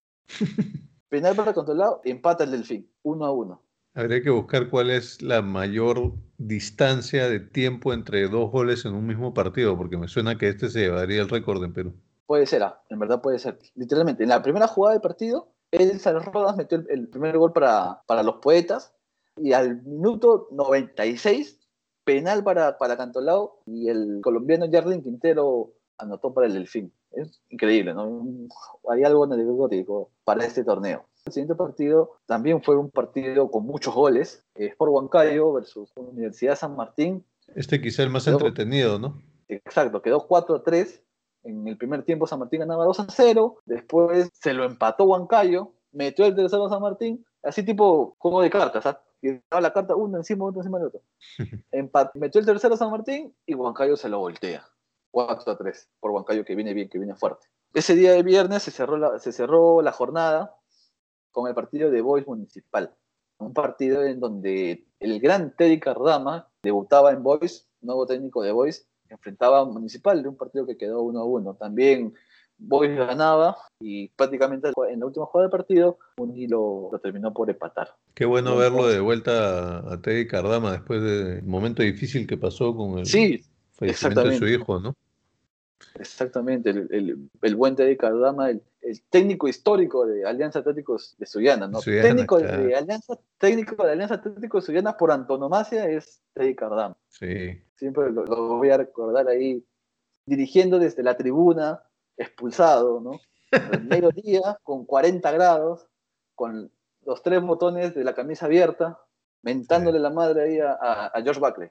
Penal para Cantolao, empata el Delfín, 1-1. Habría que buscar cuál es la mayor distancia de tiempo entre dos goles en un mismo partido, porque me suena que este se llevaría el récord en Perú. Puede ser, en verdad puede ser. Literalmente, en la primera jugada del partido, Edson Rodas metió el primer gol para los Poetas, y al minuto 96, penal para Cantolao, y el colombiano Jardín Quintero anotó para el Delfín. Es increíble, ¿no? Hay algo anecdótico para este torneo. El siguiente partido también fue un partido con muchos goles, Sport Huancayo versus Universidad San Martín. Este quizá el más Quedó, entretenido, ¿no? exacto, quedó 4-3. En el primer tiempo San Martín ganaba 2-0, después se lo empató Huancayo, metió el tercero San Martín, así tipo juego de cartas, ¿sabes? Tiraba la carta uno encima del otro. Metió el tercero San Martín y Huancayo se lo voltea. 4-3 por Huancayo, que viene bien, que viene fuerte. Ese día de viernes se cerró la jornada con el partido de Boys Municipal. Un partido en donde el gran Teddy Cardama debutaba en Boys, nuevo técnico de Boys, enfrentaba a Municipal de un partido que quedó 1-1. También Boys ganaba y prácticamente en la última jugada del partido Muni lo terminó por empatar. Qué bueno Y verlo de entonces, vuelta a Teddy Cardama después del momento difícil que pasó con el sí, fallecimiento de su exactamente. hijo, ¿no? Exactamente, el buen Teddy Cardama, el técnico histórico de Alianza Atlético de Sullana, ¿no? Suyana, claro. Técnico de Alianza Atlético de Sullana por antonomasia es Teddy Cardama. Sí. Siempre lo voy a recordar ahí, dirigiendo desde la tribuna, expulsado, ¿no? Al mediodía, con 40 grados, con los 3 botones de la camisa abierta, mentándole Sí. la madre ahí a George Buckley.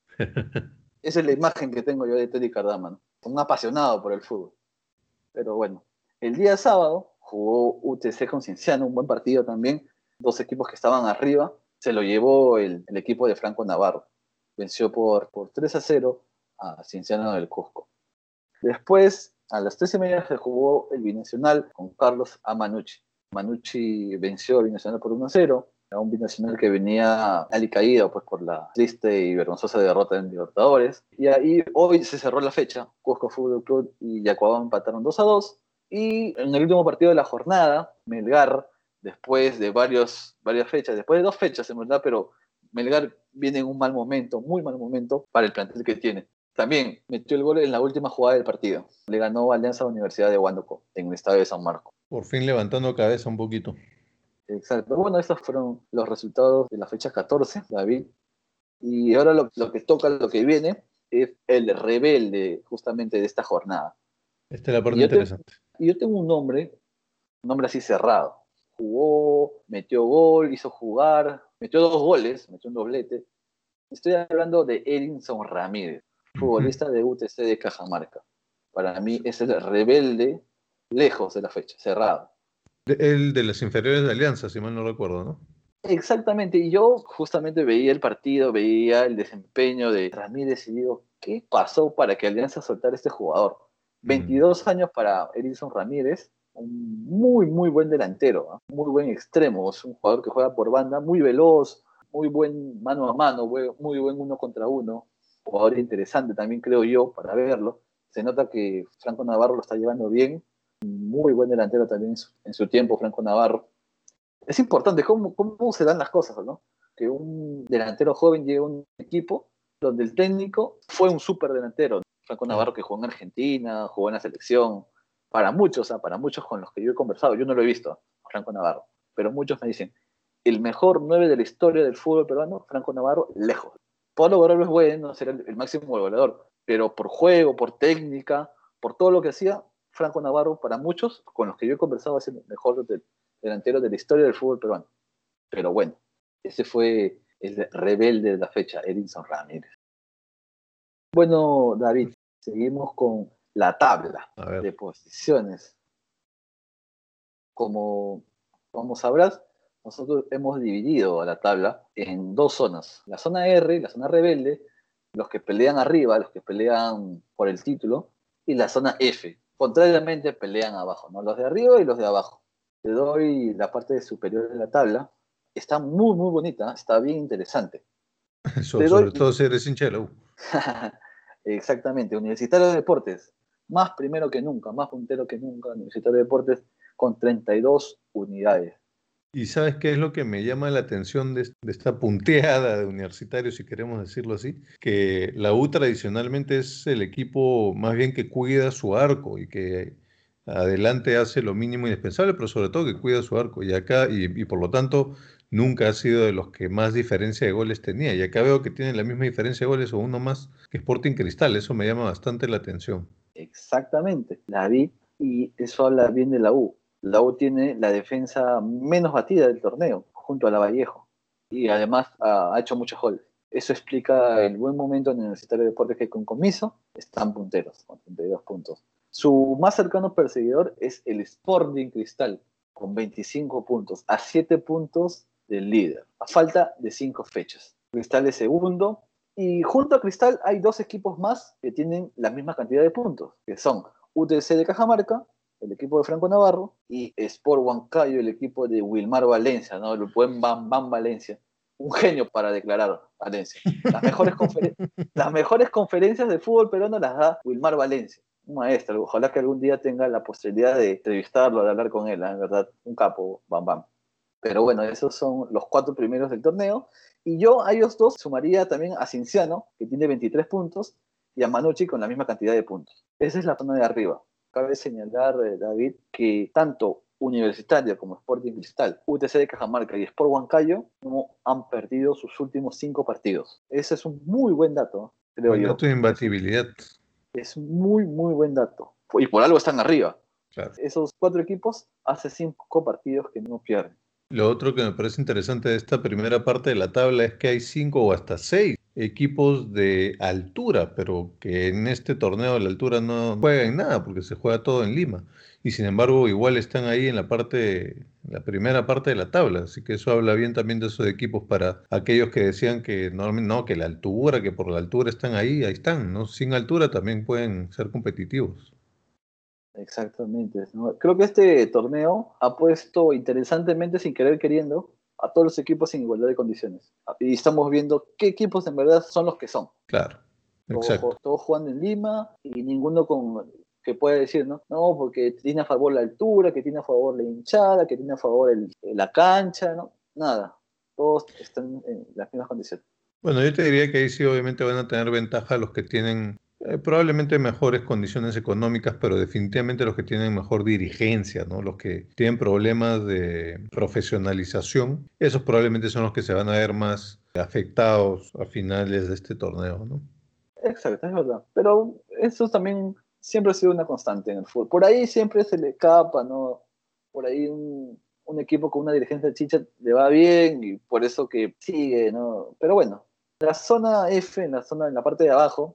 Esa es la imagen que tengo yo de Teddy Cardama, ¿no? Un apasionado por el fútbol. Pero bueno, el día sábado jugó UTC con Cienciano, un buen partido también. Dos equipos que estaban arriba. Se lo llevó el equipo de Franco Navarro. Venció por 3-0 a Cienciano del Cusco. Después, a las 3:30 se jugó el Binacional con Carlos Amanucci. Manucci venció al Binacional por 1-0. Era un Binacional que venía alicaído pues, por la triste y vergonzosa derrota en Libertadores. Y ahí hoy se cerró la fecha. Cusco Fútbol Club y Yacuabán empataron 2-2. Y en el último partido de la jornada, Melgar, después de varias fechas, después de 2 fechas en verdad, pero Melgar viene en un mal momento, muy mal momento para el plantel que tiene. También metió el gol en la última jugada del partido. Le ganó Alianza Universidad de Huánuco en el estadio de San Marcos. Por fin levantando cabeza un poquito. Exacto. Bueno, estos fueron los resultados de la fecha 14, David. Y ahora lo que toca, lo que viene, es el rebelde justamente de esta jornada. Esta es la Y parte yo, interesante. y yo tengo un nombre así cerrado. Jugó, metió gol, hizo jugar, metió 2 goles, metió un doblete. Estoy hablando de Edinson Ramírez, futbolista de UTC de Cajamarca. Para mí es el rebelde lejos de la fecha, cerrado. El de las inferiores de Alianza, si mal no recuerdo, ¿no? Exactamente, y yo justamente veía el partido, veía el desempeño de Ramírez y digo, ¿qué pasó para que Alianza soltara a este jugador? Mm. 22 años para Edinson Ramírez, un muy, muy buen delantero, ¿eh? Muy buen extremo, es un jugador que juega por banda, muy veloz, muy buen mano a mano, muy buen 1 contra 1, jugador interesante también creo yo para verlo. Se nota que Franco Navarro lo está llevando bien, muy buen delantero también en su tiempo Franco Navarro. Es importante cómo se dan las cosas, ¿no? Que un delantero joven llegue a un equipo donde el técnico fue un súper delantero. Franco Navarro, Claro. que jugó en Argentina, jugó en la selección. Para muchos con los que yo he conversado, yo no lo he visto, Franco Navarro, pero muchos me dicen, el mejor 9 de la historia del fútbol peruano, Franco Navarro, lejos. Pablo Guerrero es bueno, será el máximo goleador, pero por juego, por técnica, por todo lo que hacía, Franco Navarro, para muchos, con los que yo he conversado, es el mejor delantero de la historia del fútbol peruano. Pero bueno, ese fue el rebelde de la fecha, Edinson Ramírez. Bueno, David, seguimos con la tabla A ver. de posiciones. Como sabrás, nosotros hemos dividido a la tabla en dos zonas. La zona R, la zona rebelde, los que pelean arriba, los que pelean por el título, y la zona F. Contrariamente pelean abajo, ¿no? Los de arriba y los de abajo. Te doy la parte superior de la tabla. Está muy, muy bonita, está bien interesante. Sobre todo si eres hincha de la U. Exactamente, Universitario de Deportes, más primero que nunca, más puntero que nunca, Universitario de Deportes con 32 unidades. ¿Y sabes qué es lo que me llama la atención de esta punteada de Universitario, si queremos decirlo así? Que la U tradicionalmente es el equipo más bien que cuida su arco y que adelante hace lo mínimo indispensable, pero sobre todo que cuida su arco. Y acá, y por lo tanto, nunca ha sido de los que más diferencia de goles tenía. Y acá veo que tienen la misma diferencia de goles o uno más que Sporting Cristal. Eso me llama bastante la atención. Exactamente, la vi y eso habla bien de la U. La U tiene la defensa menos batida del torneo, junto a la Vallejo. Y además ha hecho muchos goles. Eso explica el buen momento en el Universitario de Deportes que con Comiso están punteros, con 32 puntos. Su más cercano perseguidor es el Sporting Cristal, con 25 puntos, a 7 puntos del líder, a falta de 5 fechas. Cristal es segundo, y junto a Cristal hay dos equipos más que tienen la misma cantidad de puntos, que son UTC de Cajamarca, el equipo de Franco Navarro, y Sport Huancayo, el equipo de Wilmar Valencia, ¿no? El buen Bam Bam Valencia. Un genio para declarar Valencia. Las mejores conferencias de fútbol peruano las da Wilmar Valencia. Un maestro. Ojalá que algún día tenga la posibilidad de entrevistarlo, de hablar con él, en verdad. Un capo, Bam Bam. Pero bueno, esos son los 4 primeros del torneo. Y yo a ellos dos sumaría también a Cinciano, que tiene 23 puntos, y a Manucci con la misma cantidad de puntos. Esa es la zona de arriba. Cabe señalar, David, que tanto Universitario como Sporting Cristal, UTC de Cajamarca y Sport Huancayo no han perdido sus últimos 5 partidos. Ese es un muy buen dato, creo Buen yo. dato de imbatibilidad. Es un muy, muy buen dato. Y por algo están arriba. Claro. Esos 4 equipos hace 5 partidos que no pierden. Lo otro que me parece interesante de esta primera parte de la tabla es que hay 5 o hasta 6 equipos de altura, pero que en este torneo de la altura no juegan nada porque se juega todo en Lima. Y sin embargo, igual están ahí en la primera parte de la tabla. Así que eso habla bien también de esos equipos para aquellos que decían que no, que la altura, que por la altura están ahí están, ¿no? Sin altura también pueden ser competitivos. Exactamente, ¿no? Creo que este torneo ha puesto interesantemente, sin querer queriendo, a todos los equipos en igualdad de condiciones. Y estamos viendo qué equipos en verdad son los que son. Claro, exacto. Todos jugando en Lima y ninguno que pueda decir, ¿no? No, porque tiene a favor la altura, que tiene a favor la hinchada, que tiene a favor la cancha, ¿no? Nada. Todos están en las mismas condiciones. Bueno, yo te diría que ahí sí obviamente van a tener ventaja los que tienen probablemente mejores condiciones económicas, pero definitivamente los que tienen mejor dirigencia, ¿no? Los que tienen problemas de profesionalización, esos probablemente son los que se van a ver más afectados a finales de este torneo, ¿no? Exacto, es verdad. Pero eso también siempre ha sido una constante en el fútbol. Por ahí siempre se le escapa, ¿no? Por ahí un equipo con una dirigencia chicha le va bien y por eso que sigue, ¿no? Pero bueno, en la zona F, en la parte de abajo,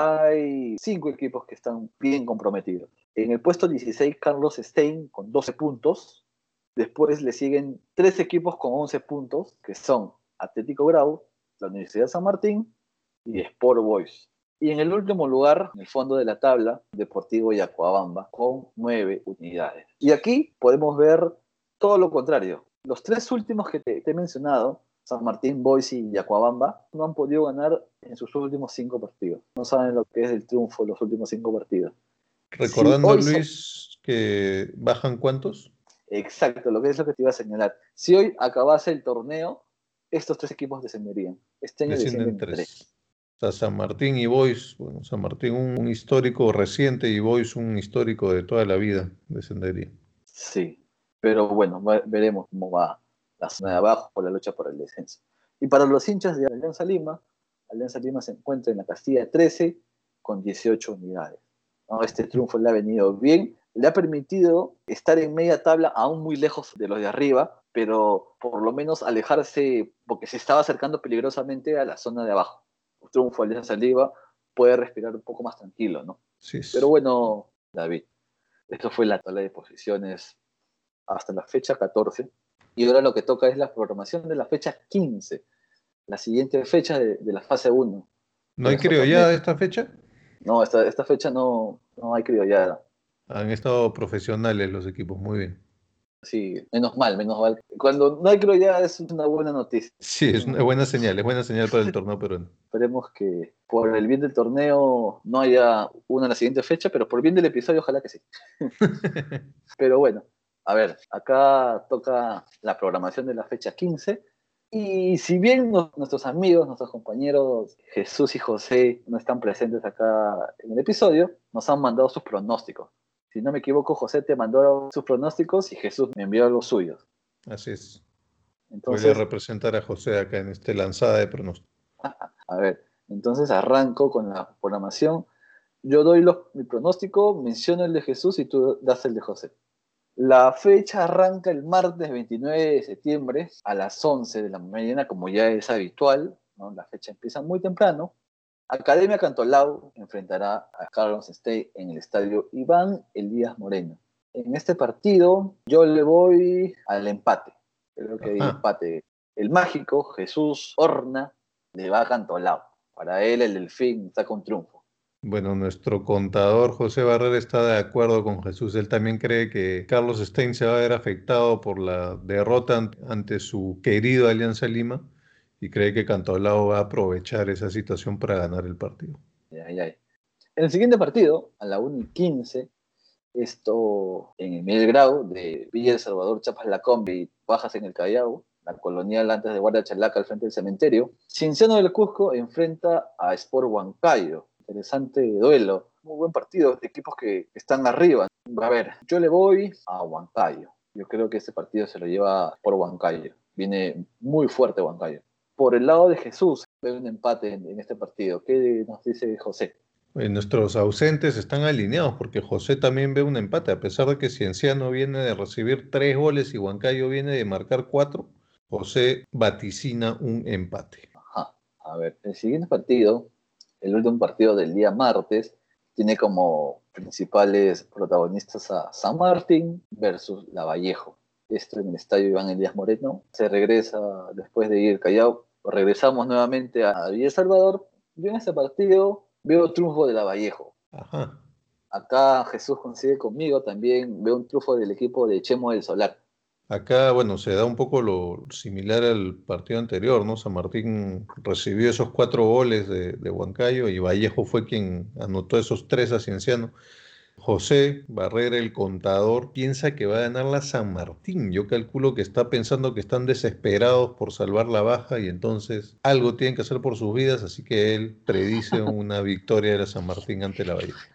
hay 5 equipos que están bien comprometidos. En el puesto 16, Carlos Stein con 12 puntos. Después le siguen 3 equipos con 11 puntos, que son Atlético Grau, la Universidad de San Martín y Sport Boys. Y en el último lugar, en el fondo de la tabla, Deportivo Yacuabamba, con 9 unidades. Y aquí podemos ver todo lo contrario. Los 3 últimos que te he mencionado, San Martín, Boys y Yacuabamba, no han podido ganar en sus últimos 5 partidos. No saben lo que es el triunfo en los últimos 5 partidos. Recordando, Luis, que bajan ¿cuántos? Exacto, lo que es lo que te iba a señalar. Si hoy acabase el torneo, estos 3 equipos descenderían. Este año Descienden descienden 3. 3. O sea, San Martín y Boys, bueno, San Martín un histórico reciente y Boys un histórico de toda la vida, descendería. Sí, pero bueno, veremos cómo va la zona de abajo por la lucha por el descenso. Y para los hinchas de Alianza Lima, Alianza Lima se encuentra en la casilla 13 con 18 unidades. ¿No? Este triunfo le ha venido bien, le ha permitido estar en media tabla aún muy lejos de los de arriba, pero por lo menos alejarse, porque se estaba acercando peligrosamente a la zona de abajo. Un triunfo de Alianza Lima puede respirar un poco más tranquilo, ¿no? Sí, Pero bueno, David, esto fue la tabla de posiciones hasta la fecha 14. Y ahora lo que toca es la programación de la fecha 15, la siguiente fecha de la fase 1 ¿no de hay nuestro torneo. criollada esta fecha? No, esta fecha no hay criollada. Han estado profesionales los equipos, muy bien. Sí, menos mal, menos mal. Cuando no hay criollada es una buena noticia. Sí, es una buena señal para el torneo peruano. Esperemos que por el bien del torneo no haya una en la siguiente fecha, pero por el bien del episodio ojalá que sí. Pero bueno, a ver, acá toca la programación de la fecha 15. Y si bien nuestros amigos, nuestros compañeros Jesús y José no están presentes acá en el episodio, nos han mandado sus pronósticos. Si no me equivoco, José te mandó sus pronósticos y Jesús me envió los suyos. Así es. Voy a Entonces, representar a José acá en esta lanzada de pronósticos. a ver, entonces arranco con la programación. Yo doy mi pronóstico, menciono el de Jesús y tú das el de José. La fecha arranca el martes 29 de septiembre a las 11 de la mañana, como ya es habitual, ¿no? La fecha empieza muy temprano. Academia Cantolao enfrentará a Carlos State en el estadio Iván Elías Moreno. En este partido yo le voy al empate. Creo que hay Ajá. empate. El mágico Jesús Horna le va a Cantolao. Para él el Delfín saca un triunfo. Bueno, nuestro contador José Barrera está de acuerdo con Jesús. Él también cree que Carlos Stein se va a ver afectado por la derrota ante su querido Alianza Lima y cree que Cantolao va a aprovechar esa situación para ganar el partido. Ay, ay. En el siguiente partido, a la 1:15, esto en el Miguel Grau de Villa El Salvador, Chapas La Combi, Bajas en el Callao, la colonial antes de Guardia Chalaca al frente del cementerio. Cienciano del Cusco enfrenta a Sport Huancayo. Interesante duelo, muy buen partido, equipos que están arriba. A ver, yo le voy a Huancayo. Yo creo que este partido se lo lleva por Huancayo. Viene muy fuerte Huancayo. Por el lado de Jesús, veo un empate en este partido. ¿Qué nos dice José? Nuestros ausentes están alineados porque José también ve un empate, a pesar de que Cienciano viene de recibir 3 goles y Huancayo viene de marcar 4. José vaticina un empate. Ajá. A ver, el siguiente partido, el último partido del día martes, tiene como principales protagonistas a San Martín versus Lavallejo. Esto en el estadio Iván Elías Moreno. Se regresa después de ir Callao. Regresamos nuevamente a Villa El Salvador. Yo en este partido veo triunfo de Lavallejo. Ajá. Acá Jesús coincide conmigo, también veo un triunfo del equipo de Chemo del Solar. Acá, bueno, se da un poco lo similar al partido anterior, ¿no? San Martín recibió esos 4 goles de Huancayo y Vallejo fue quien anotó esos 3 a Cienciano. José Barrera, el contador, piensa que va a ganar la San Martín. Yo calculo que está pensando que están desesperados por salvar la baja y entonces algo tienen que hacer por sus vidas, así que él predice una victoria de la San Martín ante la Vallejo.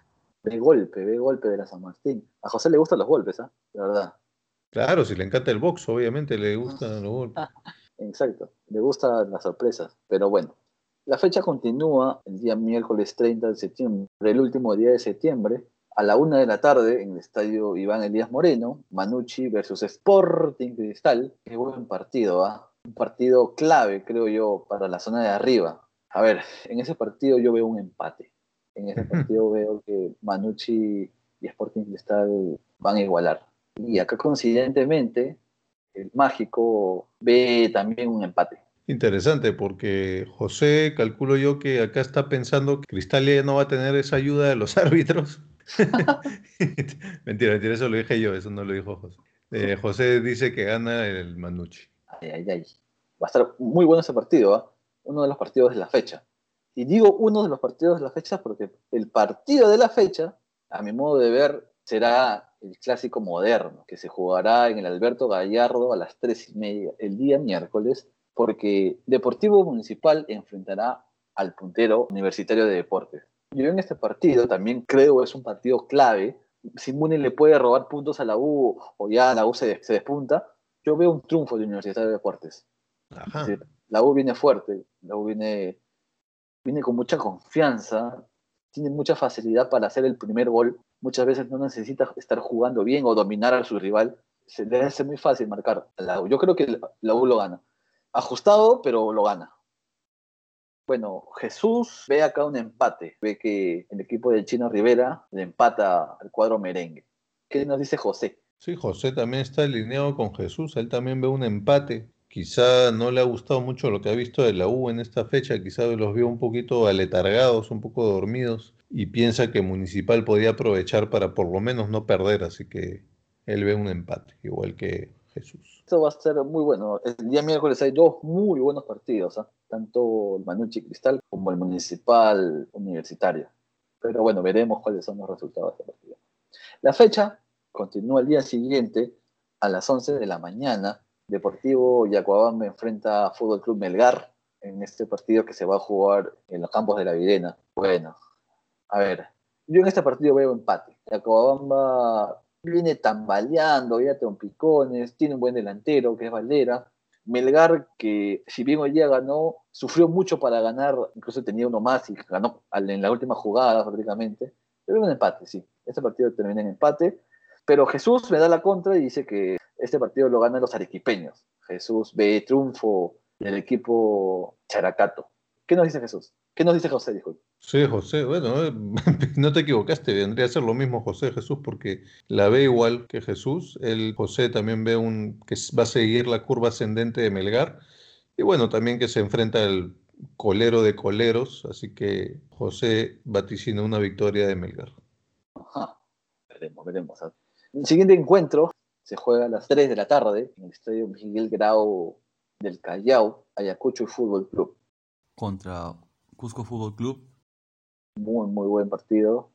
Ve golpe de la San Martín. A José le gustan los golpes, ¿ah? De verdad. Claro, si le encanta el box, obviamente le gustan los golpes. Exacto, le gustan las sorpresas, pero bueno. La fecha continúa el día miércoles 30 de septiembre, el último día de septiembre, a la 1 de la tarde en el estadio Iván Elías Moreno, Manucci versus Sporting Cristal. Qué buen partido, ¿ah? Un partido clave, creo yo, para la zona de arriba. A ver, en ese partido yo veo un empate. En ese partido veo que Manucci y Sporting Cristal van a igualar. Y acá coincidentemente el mágico ve también un empate. Interesante, porque José, calculo yo que acá está pensando que Cristal ya no va a tener esa ayuda de los árbitros. Mentira, mentira, eso lo dije yo, eso no lo dijo José. José dice que gana el Manucci. Ay, ay, ay. Va a estar muy bueno ese partido, ¿eh? Uno de los partidos de la fecha. Y digo uno de los partidos de la fecha porque el partido de la fecha, a mi modo de ver, será el clásico moderno, que se jugará en el Alberto Gallardo a las 3:30 el día miércoles, porque Deportivo Municipal enfrentará al puntero Universitario de Deportes. Yo en este partido también creo es un partido clave. Si Muni le puede robar puntos a la U o ya la U se despunta, yo veo un triunfo de Universitario de Deportes. Es Ajá. decir, la U viene fuerte, la U viene viene con mucha confianza, tiene mucha facilidad para hacer el primer gol. Muchas veces no necesita estar jugando bien o dominar a su rival. Se le hace muy fácil marcar a la U. Yo creo que la U lo gana. Ajustado, pero lo gana. Bueno, Jesús ve acá un empate. Ve que el equipo del Chino Rivera le empata al cuadro merengue. ¿Qué nos dice José? Sí, José también está alineado con Jesús, él también ve un empate. Quizá no le ha gustado mucho lo que ha visto de la U en esta fecha, quizá los vio un poquito aletargados, un poco dormidos, y piensa que Municipal podía aprovechar para por lo menos no perder, así que él ve un empate, igual que Jesús. Esto va a ser muy bueno. El día miércoles hay dos muy buenos partidos, ¿eh? Tanto el Manucci Cristal como el Municipal Universitario. Pero bueno, veremos cuáles son los resultados de este partido. La fecha continúa el día siguiente a las 11 de la mañana. Deportivo Yacuabamba enfrenta a Fútbol Club Melgar en este partido que se va a jugar en los campos de la Videna. Bueno, a ver, yo en este partido veo empate. Yacuabamba viene tambaleando, ya trompicones, tiene un buen delantero que es Valdera. Melgar, que si bien hoy día ganó, sufrió mucho para ganar, incluso tenía uno más y ganó en la última jugada prácticamente. Pero un empate, sí. Este partido termina en empate. Pero Jesús me da la contra y dice que este partido lo ganan los arequipeños. Jesús ve triunfo del equipo Characato. ¿Qué nos dice Jesús? ¿Qué nos dice José? Disculpe. Sí, José, bueno, no te equivocaste, vendría a ser lo mismo José Jesús, porque la ve igual que Jesús. El José también ve que va a seguir la curva ascendente de Melgar, y bueno, también que se enfrenta al colero de coleros, así que José vaticina una victoria de Melgar. Ajá. Veremos. El siguiente encuentro se juega a las 3 de la tarde en el estadio Miguel Grau del Callao, Ayacucho Fútbol Club. Contra Cusco Fútbol Club. Muy, muy buen partido.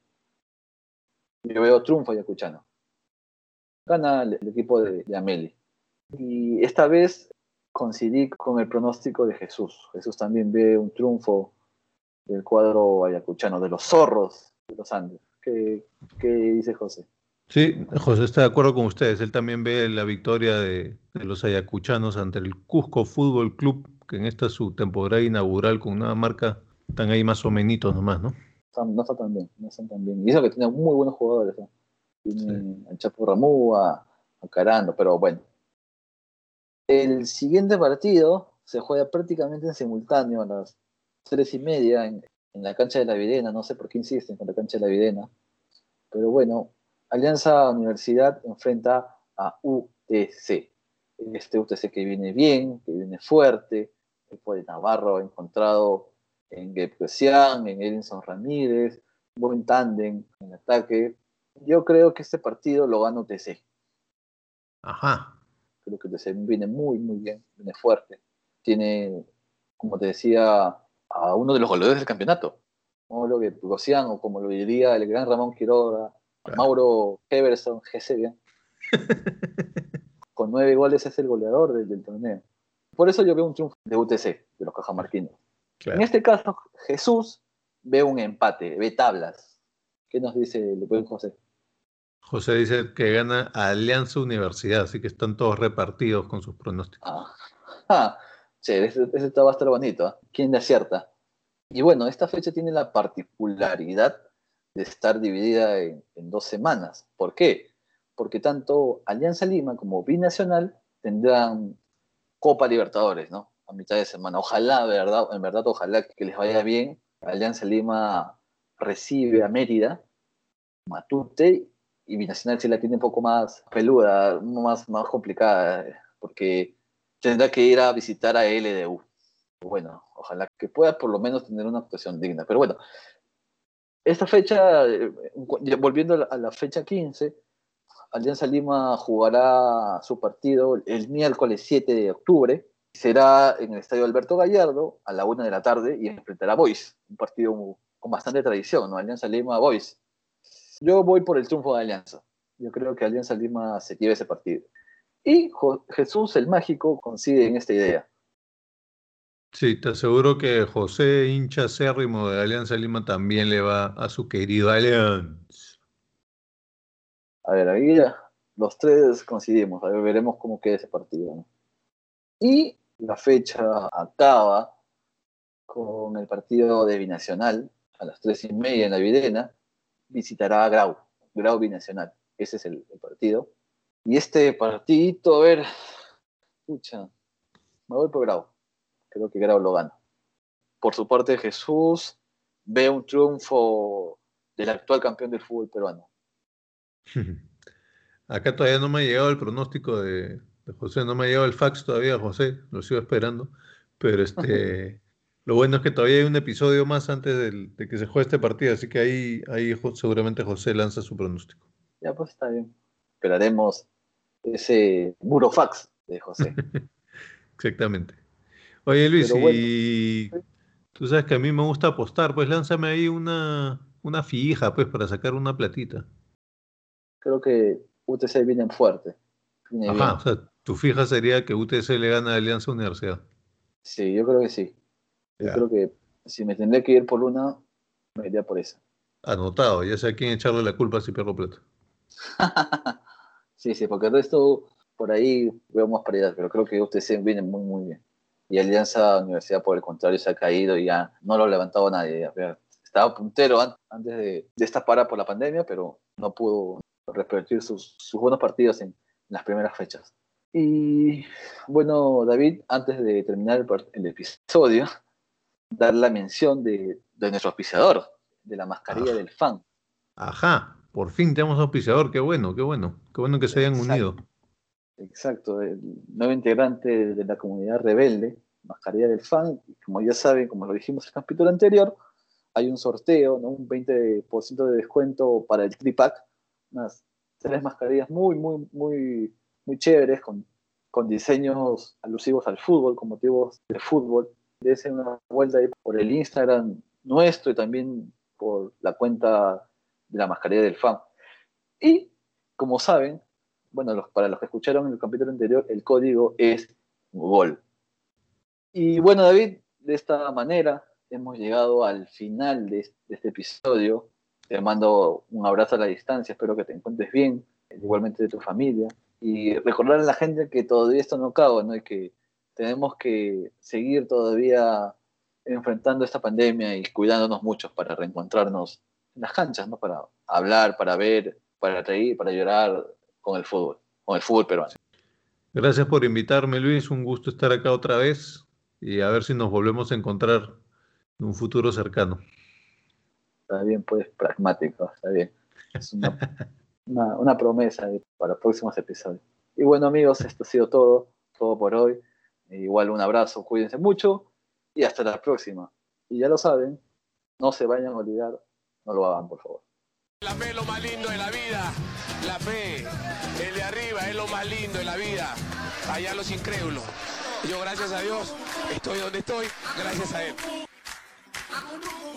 Yo veo triunfo ayacuchano. Gana el equipo de Ameli. Y esta vez coincidí con el pronóstico de Jesús. Jesús también ve un triunfo del cuadro ayacuchano, de los zorros de los Andes. ¿Qué dice José? Sí, José está de acuerdo con ustedes. Él también ve la victoria de los ayacuchanos ante el Cusco Fútbol Club, que en esta es su temporada inaugural con una marca, están ahí más o menos nomás, ¿no? No está tan bien, no están tan bien. Y eso que tiene muy buenos jugadores, ¿no? Tiene Sí. al Chapo Ramúa, a Carando, pero bueno. El siguiente partido se juega prácticamente en simultáneo a las 3:30 en la cancha de la Videna. No sé por qué insisten con la cancha de la Videna, pero bueno, Alianza Universidad enfrenta a UTC. Este UTC que viene bien, que viene fuerte, el de Navarro ha encontrado en Gepresian, en Edinson Ramírez, buen tándem en ataque. Yo creo que este partido lo gana UTC. Ajá. Creo que UTC viene muy, muy bien, viene fuerte. Tiene, como te decía, a uno de los goleadores del campeonato. ¿No? Lo que Gepresian, o como lo diría el gran Ramón Quiroga, Claro. Mauro Heverson, GC, con 9 goles es el goleador del torneo. Por eso yo veo un triunfo de UTC, de los cajamarquinos. En Claro. este caso, Jesús ve un empate, ve tablas. ¿Qué nos dice el buen José? José dice que gana Alianza Universidad, así que están todos repartidos con sus pronósticos. Ah, ah, che, ese va a estar bonito. ¿Eh? ¿Quién le acierta? Y bueno, esta fecha tiene la particularidad de estar dividida en 2 semanas. ¿Por qué? Porque tanto Alianza Lima como Binacional tendrán Copa Libertadores, ¿no? A mitad de semana. Ojalá, ¿verdad? En verdad, ojalá que les vaya bien. Alianza Lima recibe a Mérida, Matute, y Binacional sí la tiene un poco más peluda, más complicada, porque tendrá que ir a visitar a LDU. Bueno, ojalá que pueda por lo menos tener una actuación digna. Pero bueno, esta fecha, volviendo a la fecha 15, Alianza Lima jugará su partido el miércoles 7 de octubre. Será en el estadio Alberto Gallardo a la 1 de la tarde y enfrentará a Boys, un partido con bastante tradición, ¿no? Alianza Lima Boys. Yo voy por el triunfo de Alianza. Yo creo que Alianza Lima se lleva ese partido. Y Jesús el Mágico coincide en esta idea. Sí, te aseguro que José, hincha acérrimo de Alianza Lima, también le va a su querido Alianza. A ver, ahí ya los tres coincidimos. A ver, veremos cómo queda ese partido, ¿no? Y la fecha acaba con el partido de Binacional a las 3:30 en la Videna. Visitará a Grau Binacional. Ese es el partido. Y este partidito, a ver, escucha, me voy por Grau. Creo que Grau lo gana. Por su parte, Jesús ve un triunfo del actual campeón del fútbol peruano. Acá todavía no me ha llegado el pronóstico de José, no me ha llegado el fax todavía, José, lo sigo esperando, pero lo bueno es que todavía hay un episodio más antes de que se juegue este partido, así que ahí seguramente José lanza su pronóstico. Ya, pues está bien. Esperaremos ese burofax de José. Exactamente. Oye, Luis, Pero bueno, y tú sabes que a mí me gusta apostar, pues lánzame ahí una fija, pues, para sacar una platita. creo que UTC viene fuerte. Viene Ajá, bien. o sea, tu fija sería que UTC le gana a Alianza Universidad. Sí, yo creo que sí. Yo Ya, creo que si me tendría que ir por una, me iría por esa. anotado, ya sé a quién echarle la culpa si pierdo plata. Sí, porque el resto, por ahí veo más paridad, pero creo que UTC viene muy bien. Y Alianza Universidad, por el contrario, se ha caído y ya no lo ha levantado nadie. Ya. Estaba puntero antes de esta para por la pandemia, pero no pudo repetir sus buenos partidos en las primeras fechas. Y bueno, David, antes de terminar el episodio, dar la mención de nuestro auspiciador, de la mascarilla del fan. Ajá, por fin tenemos auspiciador, qué bueno, qué bueno. Qué bueno que se hayan unido. Exacto, el nuevo integrante de la comunidad rebelde, mascarilla del fan. Y como ya saben, como lo dijimos en el capítulo anterior, hay un sorteo, ¿no? Un 20% de descuento para el tripack, unas 3 mascarillas muy chéveres, con diseños alusivos al fútbol, con motivos de fútbol. Dese una vuelta ahí por el Instagram nuestro y también por la cuenta de la mascarilla del fan. Y, como saben, bueno, para los que escucharon en el capítulo anterior, el código es GOL. Y bueno, David, de esta manera hemos llegado al final de este episodio. Te mando un abrazo a la distancia, espero que te encuentres bien, igualmente de tu familia. Y recordar a la gente que todavía esto no acaba, ¿no? Y que tenemos que seguir todavía enfrentando esta pandemia y cuidándonos mucho para reencontrarnos en las canchas, ¿no? Para hablar, para ver, para reír, para llorar con el fútbol peruano. Gracias por invitarme, Luis, un gusto estar acá otra vez y a ver si nos volvemos a encontrar en un futuro cercano. Está bien, pues, pragmático, está bien. Es una promesa para próximos episodios. Y bueno, amigos, esto ha sido todo por hoy. Igual un abrazo, cuídense mucho y hasta la próxima. Y ya lo saben, no se vayan a olvidar, no lo hagan, por favor. La fe es lo más lindo de la vida. La fe, el de arriba es lo más lindo de la vida. Allá los incrédulos. Yo, gracias a Dios, estoy donde estoy, gracias a Él.